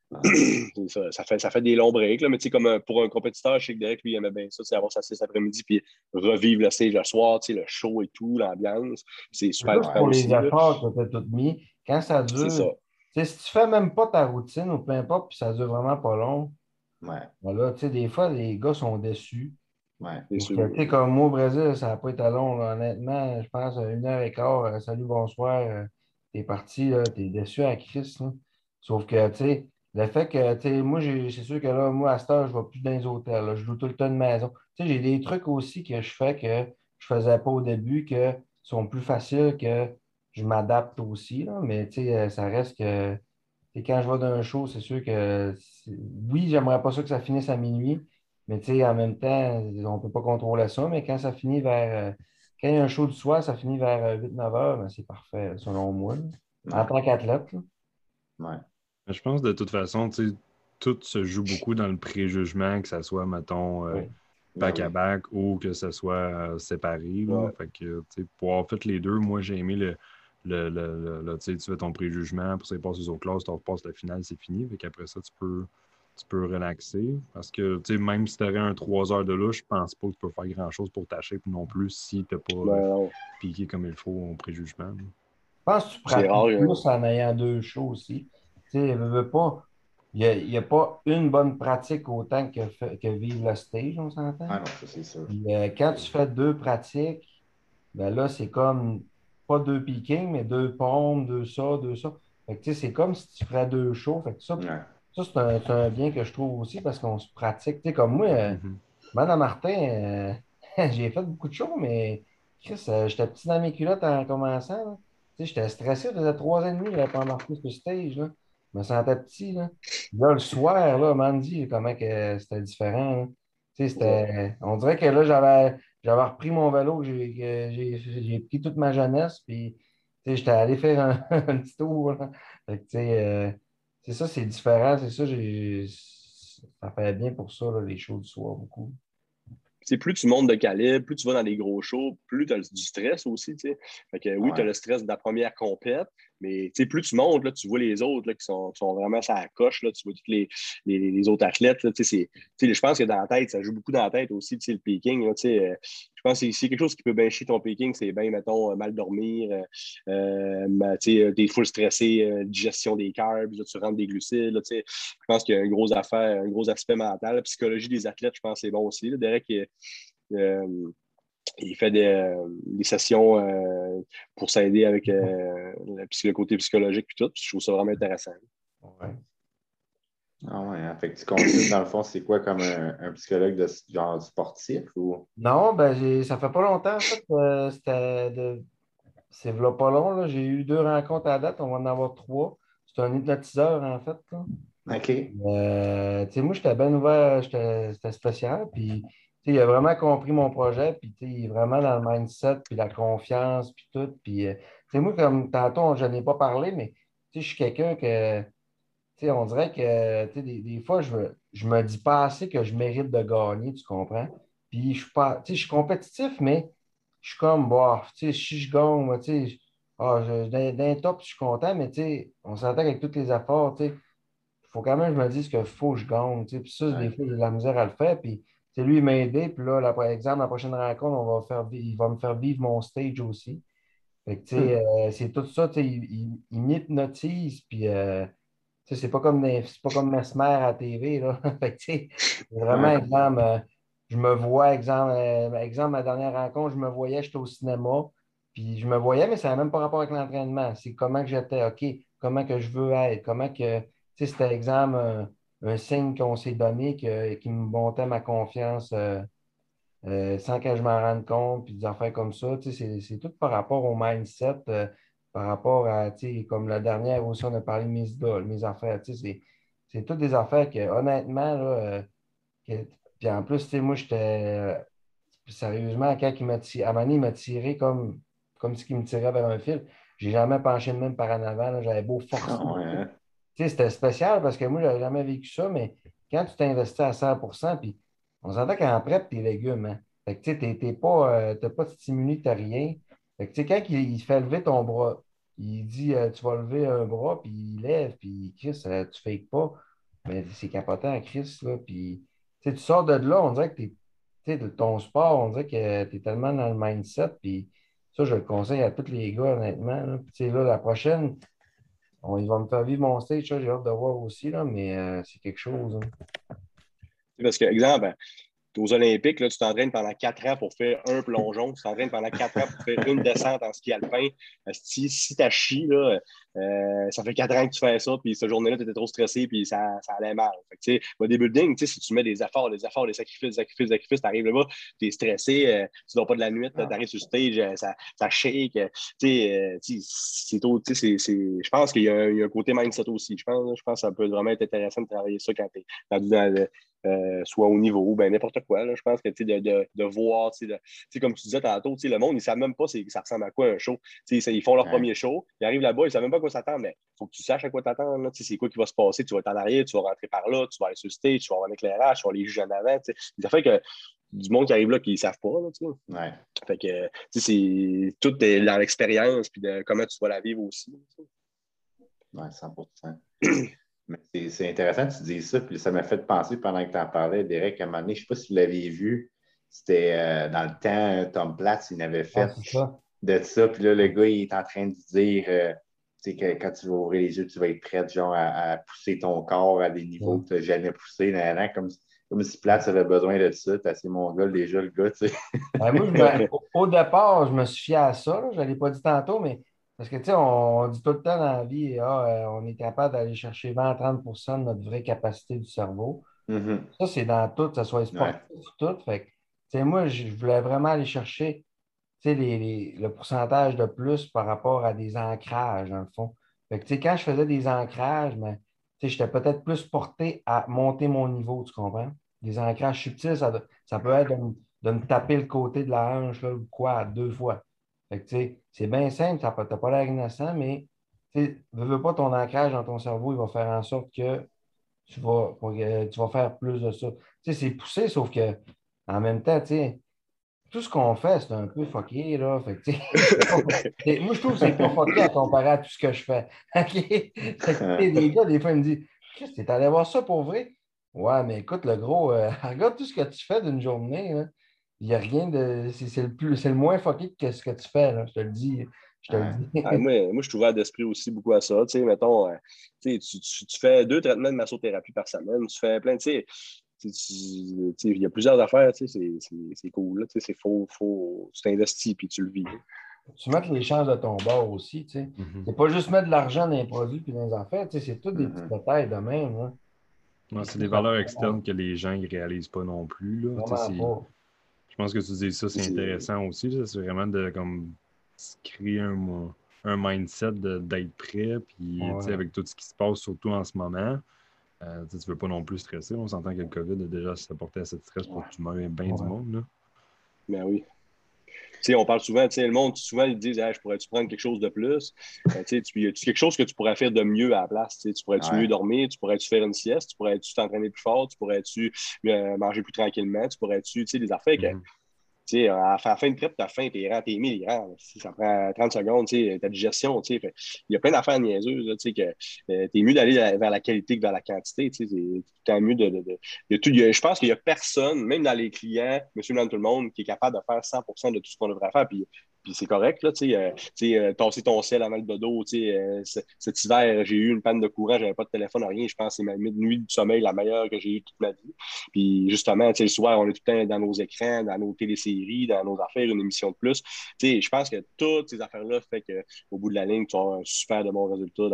Ça fait des longs breaks, là, mais tu sais, comme pour un compétiteur, je sais que Derek, lui, il aimait bien ça, c'est avoir sa sieste après-midi, puis revivre le stage le soir, tu sais, le show et tout, l'ambiance. C'est C'est super juste trippant pour les aussi, là. efforts que tu as tout mis. Quand ça C'est ça. dure, tu sais, si tu fais même pas ta routine ou peu importe, puis ça dure vraiment pas long, Ouais, voilà, tu sais, des fois, les gars sont déçus. ouais. C'est Donc, sûr. tu sais, comme moi au Brésil, ça n'a pas été long, là. Honnêtement. Je pense 1 heure et quart, salut, bonsoir, t'es parti, t'es déçu à Christ, là. Sauf que, tu sais, le fait que, tu sais, moi, c'est sûr que là, moi, à cette heure, je ne vais plus dans les hôtels, là. Je loue tout le temps de maison. Tu sais, j'ai des trucs aussi que je fais que je ne faisais pas au début, que sont plus faciles, que je m'adapte aussi, là. Mais, tu sais, ça reste que, tu sais, quand je vais dans un show, c'est sûr que, oui, j'aimerais pas ça que ça finisse à minuit. Mais tu sais, en même temps, on ne peut pas contrôler ça, mais quand ça finit quand il y a un show du soir, ça finit vers 8-9 heures, ben, c'est parfait, selon moi, là. En Ouais, tant qu'athlète, là. ouais. Je pense de toute façon, tu sais, tout se joue beaucoup dans le préjugement, que ça soit, mettons, Oui. Ben oui. back-à-back ou que ça soit séparé. Là. Ouais. Fait que, tu sais, pour avoir fait les deux, moi, j'ai aimé tu sais, tu fais ton préjugement, pour ça, il passe aux autres classes, tu repasses la finale, c'est fini. Fait qu'après ça, tu peux relaxer. Parce que, tu sais, même si tu aurais un 3 heures de louche, je pense pas que tu peux faire grand-chose pour ta shape non plus si tu n'as pas Non, piqué comme il faut en préjugement. Là. Je pense que tu c'est rare. pratiques plus en ayant deux shows aussi. Tu sais, veux pas. il y a pas une bonne pratique autant que vivre le stage, on s'entend? Ah non, ça c'est sûr. Puis, quand tu fais deux pratiques, ben là, c'est comme pas deux pickings, mais deux pompes, deux ça, deux ça. Fait que, tu sais, c'est comme si tu ferais deux shows. Fait que Ouais. ça c'est un bien que je trouve aussi parce qu'on se pratique. Tu sais, comme moi, Mhm. Madame Martin, j'ai fait beaucoup de shows, mais Chris, j'étais petit dans mes culottes en commençant, là. Tu sais, j'étais stressé, ça faisait 3 ans et demi, je n'avais pas embarqué sur le stage, là. Je me sentais petit, là. Là, le soir, là, Mandy, comment que c'était différent, là. Tu sais, on dirait que là, j'avais repris mon vélo que j'ai pris toute ma jeunesse, puis tu sais, j'étais allé faire un petit tour, là. Fait que, tu sais, c'est ça, c'est différent, c'est ça, ça fait bien pour ça, là, les shows du soir, beaucoup. T'sais, plus tu montes de calibre, plus tu vas dans les gros shows, plus tu as du stress aussi. T'sais. Fait que oui, tu as Ouais. le stress de la première compète, mais plus tu montes, là, tu vois les autres là, qui sont vraiment sur la coche. Là, tu vois tous les autres athlètes. Là, je pense que dans la tête, ça joue beaucoup dans la tête aussi, le peaking. Là, je pense que c'est quelque chose qui peut bien chier ton peaking, c'est bien, mettons, mal dormir, t'es full stressé, digestion des carbs, là, tu rentres des glucides. Là, je pense qu'il y a un gros affaire, un gros aspect mental. La psychologie des athlètes, je pense que c'est bon aussi. Là. Derek, euh, il fait des sessions pour s'aider avec le côté psychologique et tout. Puis je trouve ça vraiment intéressant. Ouais. Ah ouais, hein. Fait que tu consultes, dans le fond, c'est quoi comme un psychologue de genre sportif ou? Non, ben ça fait pas longtemps, en fait. C'est v'là pas long, là. J'ai eu 2 rencontres à date, on va en avoir 3. C'est un hypnotiseur, en fait, là. OK. Tu sais, moi, j'étais bien ouvert, c'était spécial, puis tu sais, il a vraiment compris mon projet, puis tu sais, il est vraiment dans le mindset, puis la confiance, puis tout. Puis, tu sais, moi, comme tantôt, je n'en ai pas parlé, mais tu sais, je suis quelqu'un que, tu sais, on dirait que, tu sais, des fois, je me dis pas assez que je mérite de gagner, tu comprends? Puis, je suis pas, tu sais, je suis compétitif, mais je suis comme, bah, tu sais, si je gagne, moi, tu sais, d'un top, je suis content, mais tu sais, on s'entend qu'avec tous les efforts, tu sais, il faut quand même que je me dise qu'il faut que je gagne. Tu sais. Puis ça, des Ouais. fois, j'ai de la misère à le faire. Puis c'est lui, il m'a aidé. Puis là, par exemple, la prochaine rencontre, il va me faire vivre mon stage aussi. Fait que, tu sais, Hmm. c'est tout ça. Tu sais, il m'hypnotise. Puis, tu sais, c'est pas comme Mesmer à la TV. Là. Fait que, tu sais, vraiment, Ouais. exemple, je me vois, exemple, ma dernière rencontre, je me voyais, j'étais au cinéma. Puis je me voyais, mais ça n'a même pas rapport avec l'entraînement. C'est comment que j'étais, OK, comment que je veux être, comment que, tu sais, c'était exemple un signe qu'on s'est donné qui me montait ma confiance sans que je m'en rende compte, puis des affaires comme ça. Tu sais, c'est tout par rapport au mindset, par rapport à, tu sais, comme la dernière aussi, on a parlé de mes idoles, mes affaires. Tu sais, c'est toutes des affaires que, honnêtement, là, puis en plus, tu sais, moi, j'étais, sérieusement, quand à un moment donné, il m'a tiré comme si il me tirait vers un fil. J'ai jamais penché de même par en avant, là. J'avais beau Ah forcer. ouais, hein. Tu sais, c'était spécial parce que moi, je n'avais jamais vécu ça, mais quand tu t'investis à 100%, puis on s'entend qu'en prep, tes légumes, hein. Fait que tu sais, t'as pas de stimuli, t'as rien. Fait que tu sais, quand il fait lever ton bras, il dit tu vas lever un bras, puis il lève, puis Chris, tu fakes pas. Mais c'est capotant, Chris, là. Puis tu sais, tu sors de là, on dirait que tu sais, de ton sport, on dirait que tu es tellement dans le mindset, puis ça, je le conseille à tous les gars, honnêtement, là. Puis tu sais, là, la prochaine. Il va me faire vivre mon stage, ça, j'ai hâte de voir aussi, là, mais c'est quelque chose. Hein. Parce que, exemple, aux Olympiques, là, tu t'entraînes pendant 4 ans pour faire un plongeon, tu t'entraînes pendant 4 ans pour faire une descente en ski alpin. Si tu as chié, là, ça fait 4 ans que tu fais ça, puis cette journée-là, tu étais trop stressé, puis ça allait mal. Fait que, bodybuilding, si tu mets des efforts, des sacrifices, tu arrives là-bas, tu es stressé, tu ne dors pas de la nuit, tu arrives sur le stage, ça shake. Je pense qu'il y a un côté mindset aussi. Je pense que ça peut vraiment être intéressant de travailler ça quand tu es dans soit au niveau ou ben n'importe quoi. Là. Je pense que de voir, comme tu disais tantôt, le monde, ils ne savent même pas ça ressemble à quoi un show. Ils font leur Ouais. premier show, ils arrivent là-bas, ils ne savent même pas à quoi s'attendre, mais il faut que tu saches à quoi t'attendre. C'est quoi qui va se passer. Tu vas être en arrière, tu vas rentrer par là, tu vas aller sur le stage, tu vas avoir un éclairage, tu vas les juger en avant. Ça fait que du monde qui arrive là qui ne savent pas. Là, Ouais. fait que tout est dans l'expérience puis de comment tu vas la vivre aussi. Ouais, 100%. Mais c'est intéressant que tu dises ça, puis ça m'a fait penser pendant que tu en parlais, Derek, à un moment donné, je ne sais pas si vous l'aviez vu, c'était dans le temps, Tom Platz, il avait Ah, fait c'est ça. de ça, puis là, le gars, il est en train de dire, quand tu vas ouvrir les yeux, tu vas être prêt genre, à pousser ton corps à des niveaux que tu n'as jamais poussé, comme si Platz avait besoin de ça. Tu as assez mongol déjà, le gars, tu sais. Ben, moi, au départ, je me suis fié à ça. Là. Je ne l'ai pas dit tantôt, mais parce que, tu sais, on dit tout le temps dans la vie, on est capable d'aller chercher 20 à 30 de notre vraie capacité du cerveau. Mhm. Ça, c'est dans tout, que ce soit Ouais. sportif ou tout. Fait que, tu sais, moi, je voulais vraiment aller chercher, tu sais, le pourcentage de plus par rapport à des ancrages, dans le fond. Fait que, tu sais, quand je faisais des ancrages, ben, tu sais, j'étais peut-être plus porté à monter mon niveau, tu comprends? Des ancrages subtils, ça peut être de me taper le côté de la hanche, là, ou quoi, 2 fois. Fait que, tu sais, c'est bien simple, t'as pas l'air innocent, mais, tu sais, veux pas ton ancrage dans ton cerveau, il va faire en sorte que tu vas faire plus de ça. Tu sais, c'est poussé, sauf que en même temps, tu sais, tout ce qu'on fait, c'est un peu fucké, là. Fait que, tu sais, moi, je trouve que c'est pas fucké à comparer à tout ce que je fais. OK? Fait que, tu sais, les gars, des fois, ils me disent, Chris, t'es allé voir ça pour vrai? Ouais, mais écoute, le gros, regarde tout ce que tu fais d'une journée, là. Il n'y a rien de. C'est le moins fucké que ce que tu fais, là. Je te le dis. Je te le Ouais. dis. Moi, je suis ouvert d'esprit aussi beaucoup à ça. Tu sais, mettons, tu fais 2 traitements de massothérapie par semaine, tu fais plein, il y a plusieurs affaires, c'est cool. Là, c'est tu t'investis puis tu le vis. Tu mets les chances de ton bord aussi, tu sais. Mhm. C'est pas juste mettre de l'argent dans les produits puis dans les affaires, tu sais, c'est toutes des petits Mhm. détails de même, hein. Ouais, Puis c'est ça, des ça valeurs prend externes que les gens ne réalisent pas non plus. Là. vraiment pas. Je pense que tu dis ça, c'est C'est intéressant aussi. Là. C'est vraiment de comme, se créer un mindset d'être prêt. Puis Ouais, avec tout ce qui se passe, surtout en ce moment, tu ne veux pas non plus stresser. On s'entend que le COVID a déjà apporté assez de stress pour ouais, tout le monde, bien du ouais. monde. Là. ben oui. On parle souvent, le monde, souvent, ils disent, je pourrais-tu prendre quelque chose de plus? Y a-tu quelque chose que tu pourrais faire de mieux à la place? Tu pourrais-tu mieux Ouais. dormir? Tu pourrais-tu faire une sieste? Tu pourrais-tu t'entraîner plus fort? Tu pourrais-tu manger plus tranquillement? Tu pourrais-tu, des affaires que, Mhm. à la fin de prep, t'as faim, t'es mis, ça prend 30 secondes, ta digestion, il y a plein d'affaires niaiseuses, là, t'es mieux d'aller vers la qualité que vers la quantité, c'est tout le temps mieux je pense qu'il y a personne, même dans les clients, monsieur, madame, tout le monde, qui est capable de faire 100% de tout ce qu'on devrait faire, puis c'est correct, là, tasser ton sel avant le dodo, cet hiver, j'ai eu une panne de courant, j'avais pas de téléphone, rien, je pense que c'est ma nuit du sommeil la meilleure que j'ai eue toute ma vie. Puis justement, le soir, on est tout le temps dans nos écrans, dans nos téléséries, dans nos affaires, une émission de plus. Je pense que toutes ces affaires-là font qu'au bout de la ligne, tu vas avoir un super de bon résultat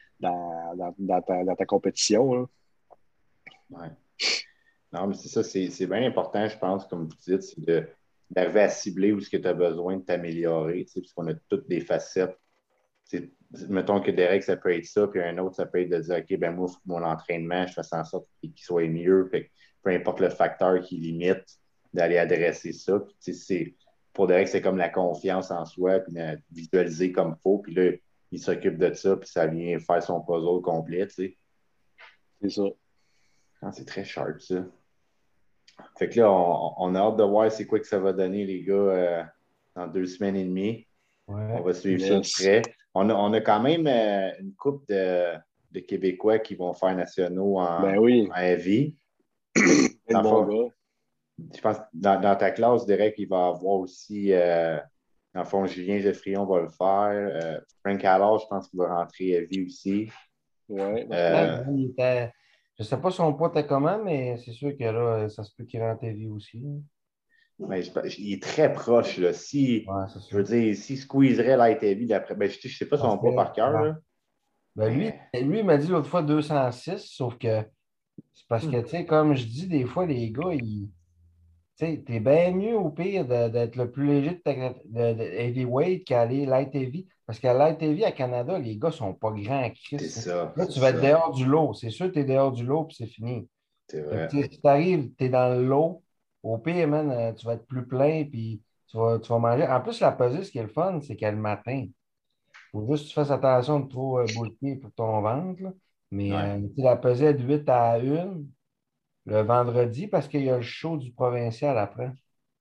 dans ta compétition. Là. Ouais. Non, mais c'est ça, c'est bien important, je pense, comme vous dites, c'est d'arriver à cibler où est-ce que tu as besoin de t'améliorer, parce qu'on a toutes des facettes. Mettons que Derek, ça peut être ça, puis un autre, ça peut être de dire, OK, ben moi, il faut que mon entraînement, je fasse en sorte qu'il soit mieux. Fait que peu importe le facteur qui limite, d'aller adresser ça. Puis, pour Derek, c'est comme la confiance en soi, puis de visualiser comme il faut. Puis là, il s'occupe de ça, puis ça vient faire son puzzle complet. C'est ça. Ah, c'est très sharp, ça. Fait que là, on a hâte de voir c'est quoi que ça va donner, les gars, dans 2 semaines et demie. On Ouais. va suivre ça de Yes. près. On a quand même une couple de Québécois qui vont faire nationaux en Ben oui, heavy. plein Dans de le bons fond, gars. je pense que dans ta classe, Derek, il va avoir aussi, dans le fond, Julien Geffrion va le faire. Frank Allard, je pense qu'il va rentrer heavy aussi. Ouais, Ouais, Euh, je ne sais pas son poids était comment, mais c'est sûr que là, ça se peut qu'il rentre vie aussi. mais il est très proche. Là. Si, Ouais, c'est je veux sûr. dire, s'il squeezerait light heavy d'après, ben, je ne sais pas Ça son poids serait, par cœur, ouais. là, Ben mais lui, il m'a dit l'autre fois 206, sauf que c'est parce que, tu sais, comme je dis, des fois, les gars, tu sais, t'es bien mieux au pire d'être le plus léger de heavyweight qu'aller light heavy. Parce qu'à light heavy, à Canada, les gars sont pas grands à c'est Christ, hein. ça, Là, c'est tu vas être ça. dehors du lot. C'est sûr que tu es dehors du lot, puis c'est fini. C'est Fait que, vrai. tu sais, si tu arrives, tu es dans le lot, au pire, man, tu vas être plus plein, puis tu vas manger. En plus, la pesée, ce qui est le fun, c'est qu'elle le matin. Faut juste que tu fasses attention de trop bulker pour ton ventre, là. Mais Ouais. tu sais, la pesée est de 8 à 1 le vendredi parce qu'il y a le show du provincial après.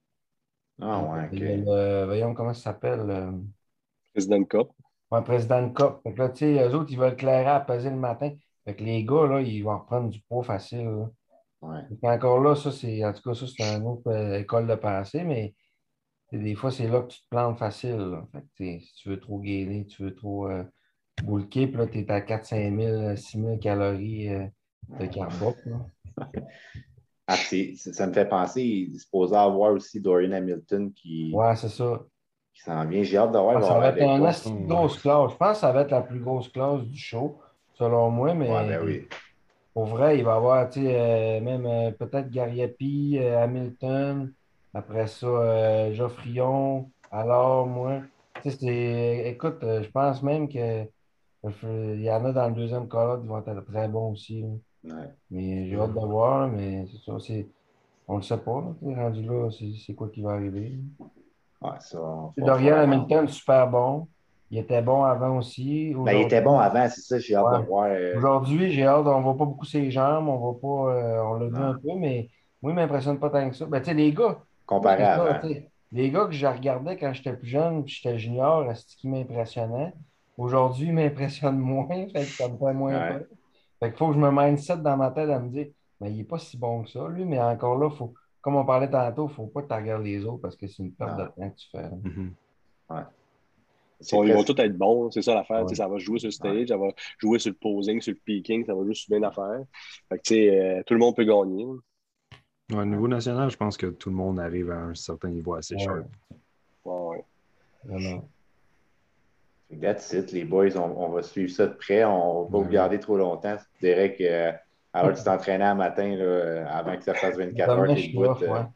Ah ouais, Il y a OK. voyons comment ça s'appelle. Président Cup. Ouais, président de COP. Fait que là, tu sais, eux autres, ils veulent clairer à peser le matin. Fait que les gars, là, ils vont reprendre du poids facile, là. Ouais. Fait qu'encore là, en tout cas, ça, c'est une autre école de pensée, mais des fois, c'est là que tu te plantes facile, là. Fait que, tu sais, si tu veux trop gainer, tu veux trop. Bull Cape, là, tu es à 4-5 000, 6 000 calories de carbohydrates. Ah, ça me fait penser, il est supposé avoir aussi Dorian Hamilton Ouais, c'est ça. qui s'en vient. J'ai hâte de voir, il Ah, va ça va avoir être de une quoi. assez grosse classe. Je pense que ça va être la plus grosse classe du show, selon moi, Ouais, mais ben oui. pour vrai, il va y avoir même peut-être Gariapi, Hamilton, après ça, Geoffrion, alors moi. Écoute, je pense même que il y en a dans le deuxième call qui vont être très bons aussi, là. Ouais. Mais j'ai hâte de voir, là, mais c'est ça, on le sait pas, là, rendu là, c'est quoi qui va arriver. Ouais, ça, Dorian attendre. Hamilton, super bon. Il était bon avant aussi. Ben, il était bon Aujourd'hui, avant, c'est ça, j'ai hâte de ouais. voir. Aujourd'hui, j'ai hâte, on voit pas beaucoup ses jambes, on voit pas, on l'a vu un Non, peu, mais moi, il m'impressionne pas tant que ça. Ben, tu sais, les gars, moi, comparé c'est à ça, avant. tu sais, les gars que je regardais quand j'étais plus jeune, puis j'étais junior, c'est ce qui m'impressionnait. Aujourd'hui, ils m'impressionnent moins, fait que ça me fait moins peur. Ouais. Fait qu'il faut que je me mindset dans ma tête à me dire, mais il est pas si bon que ça, lui, mais encore là, faut, comme on parlait tantôt, faut pas que tu regardes les autres parce que c'est une perte de Non. temps que tu fais, là. Mhm. Ouais. C'est Ils vont presque. tous être bons, c'est ça l'affaire. Ouais. Ça va jouer sur le Ouais. stage, ça va jouer sur le posing, sur le peaking, ça va jouer sur bien d'affaires. Fait que, tout le monde peut gagner. Ouais, au niveau national, je pense que tout le monde arrive à un certain niveau assez Ouais, sharp. Ouais. vraiment. That's it, les boys, on va suivre ça de près. On ne va pas vous Ouais. garder trop longtemps. Je dirais que alors que tu t'entraînais un matin, là, avant que ça fasse 24 heures, Demain, t'es je suis debout. off, ouais.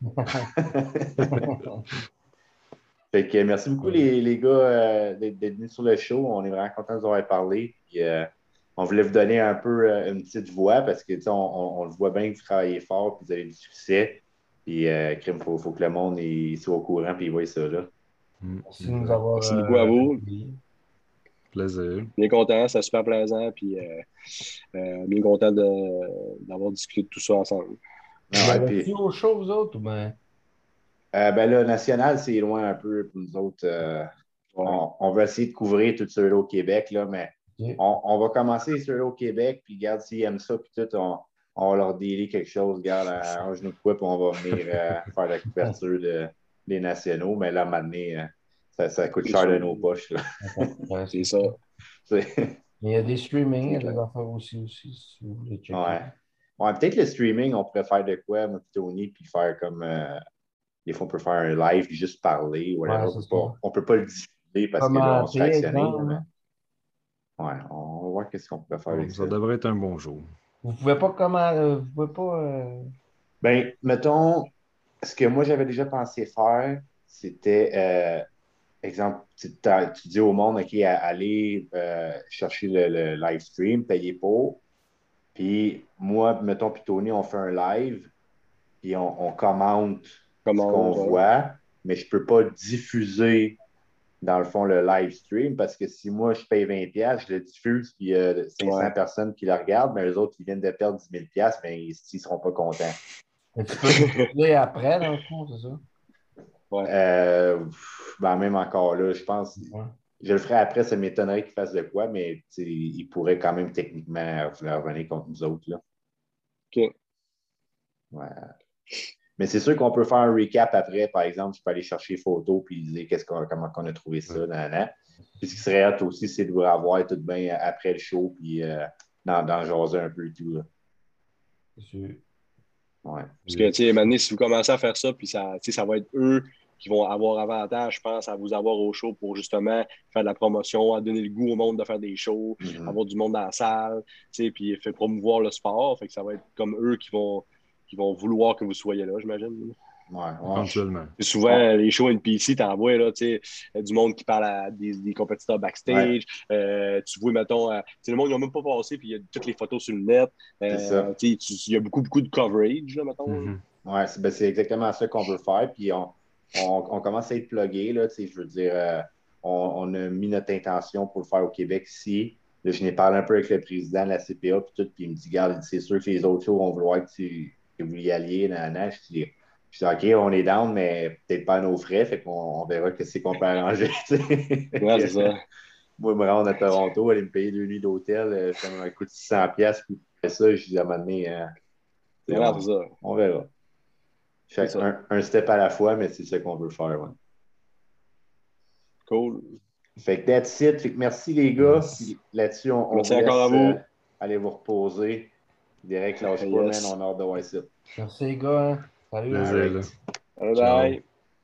Fait que merci beaucoup, les gars, d'être venus sur le show. On est vraiment contents de vous avoir parlé. Puis, on voulait vous donner un peu une petite voix parce que on le voit bien que vous travaillez fort et vous avez du succès. Puis, faut que le monde soit au courant et il voit ça là. Merci de nous avoir Merci beaucoup à vous. accueillis. Plaisir. Bien content, c'est super plaisant. Puis, bien content d'avoir discuté de tout ça ensemble. Vous Ouais, avez-tu puis, aux shows, vous autres, ou bien? ben là, national, c'est loin un peu pour nous autres. Ouais. On va essayer de couvrir tout ceux-là au Québec, là, mais Ok. on va commencer ceux-là au Québec, puis regarde s'ils aiment ça, puis tout, on va leur dealer quelque chose, regarde, un genou de quoi, puis on va venir faire la couverture des nationaux. Mais là, maintenant, ça coûte C'est cher de sûr. nos poches, là. Ouais, C'est ça. Mais il y a des streamings, il y C'est a des clair. affaires aussi, si vous voulez checker. Ouais. Ouais, peut-être le streaming, on pourrait faire de quoi, moi, puis Tony, puis faire comme. Des fois, on peut faire un live, puis juste parler, Ouais, whatever. c'est ça. On peut pas le diffuser parce que là, on se fait Commenter, actionner, là, exemple, mais là. ouais, on va voir qu'est-ce qu'on peut faire avec Ça ça. devrait être un bon jour. Vous pouvez pas vous pouvez pas. Ben, mettons, ce que moi j'avais déjà pensé faire, c'était, exemple, tu dis au monde, OK, allez chercher le live stream, payez pour. Puis moi, mettons, puis Tony, on fait un live, puis on commente ce qu'on Comment, ouais. voit, mais je ne peux pas diffuser, dans le fond, le live stream, parce que si moi, je paye 20$, je le diffuse, puis il y a 500 Ouais. personnes qui le regardent, mais eux autres, ils viennent de perdre 10 000$, mais ils ne seront pas contents. Mais tu peux diffuser après, dans le fond, c'est ça? Ouais. Ben, même encore là, je pense, Ouais. je le ferai après, ça m'étonnerait qu'ils fassent de quoi, mais ils pourraient quand même techniquement revenir contre nous autres. Là. OK. Ouais. Mais c'est sûr qu'on peut faire un recap après. Par exemple, je peux aller chercher les photos puis dire comment on a trouvé ça. Puis ce qui serait hâte aussi, c'est de vous revoir tout bien après le show puis dans jaser un peu et tout. Là. C'est sûr. Ouais. Parce que, tu sais, maintenant, si vous commencez à faire ça, puis ça, ça va être eux qui vont avoir avantage, je pense, à vous avoir au show pour justement faire de la promotion, à donner le goût au monde de faire des shows, avoir du monde dans la salle, tu sais, puis fait promouvoir le sport. Fait que ça va être comme eux qui vont vouloir que vous soyez là, j'imagine. Ouais. Éventuellement. Et souvent, les shows NPC, t'envoies là, du monde qui parle à des compétiteurs backstage. Tu vois, mettons, le monde, ils n'ont même pas passé, puis il y a toutes les photos sur le net. C'est ça. Il y a beaucoup de coverage, là, mettons. Ouais, c'est exactement ça qu'on veut faire. Puis on commence à être plugué, là, je veux dire, on a mis notre intention pour le faire au Québec ici. Là, je n'ai parlé un peu avec le président de la CPA, puis tout, puis il me dit, regarde, c'est sûr que les autres shows vont vouloir que vous y alliez. Je dis, OK, on est down, mais peut-être pas à nos frais, fait qu'on verra qu'est-ce qu'on peut arranger. Ouais, c'est ça. Moi, me rendre à Toronto, aller me payer 2 nuits d'hôtel, ça me coûte 600$. Puis après ça, je dis à un moment donné, Voilà, c'est ça. on verra. C'est ça. Un step à la fois, mais c'est ce qu'on veut faire. Ouais. Cool. Fait que that's it. Fait que merci les gars. Yes. Puis là-dessus, on Merci vous laisse encore à vous. aller vous reposer. Derek, lâche pas, man. Yes. On a hâte de voir ça. Merci les gars. Hein. Salut. Plaisir, All right. là. Bye Ciao. bye.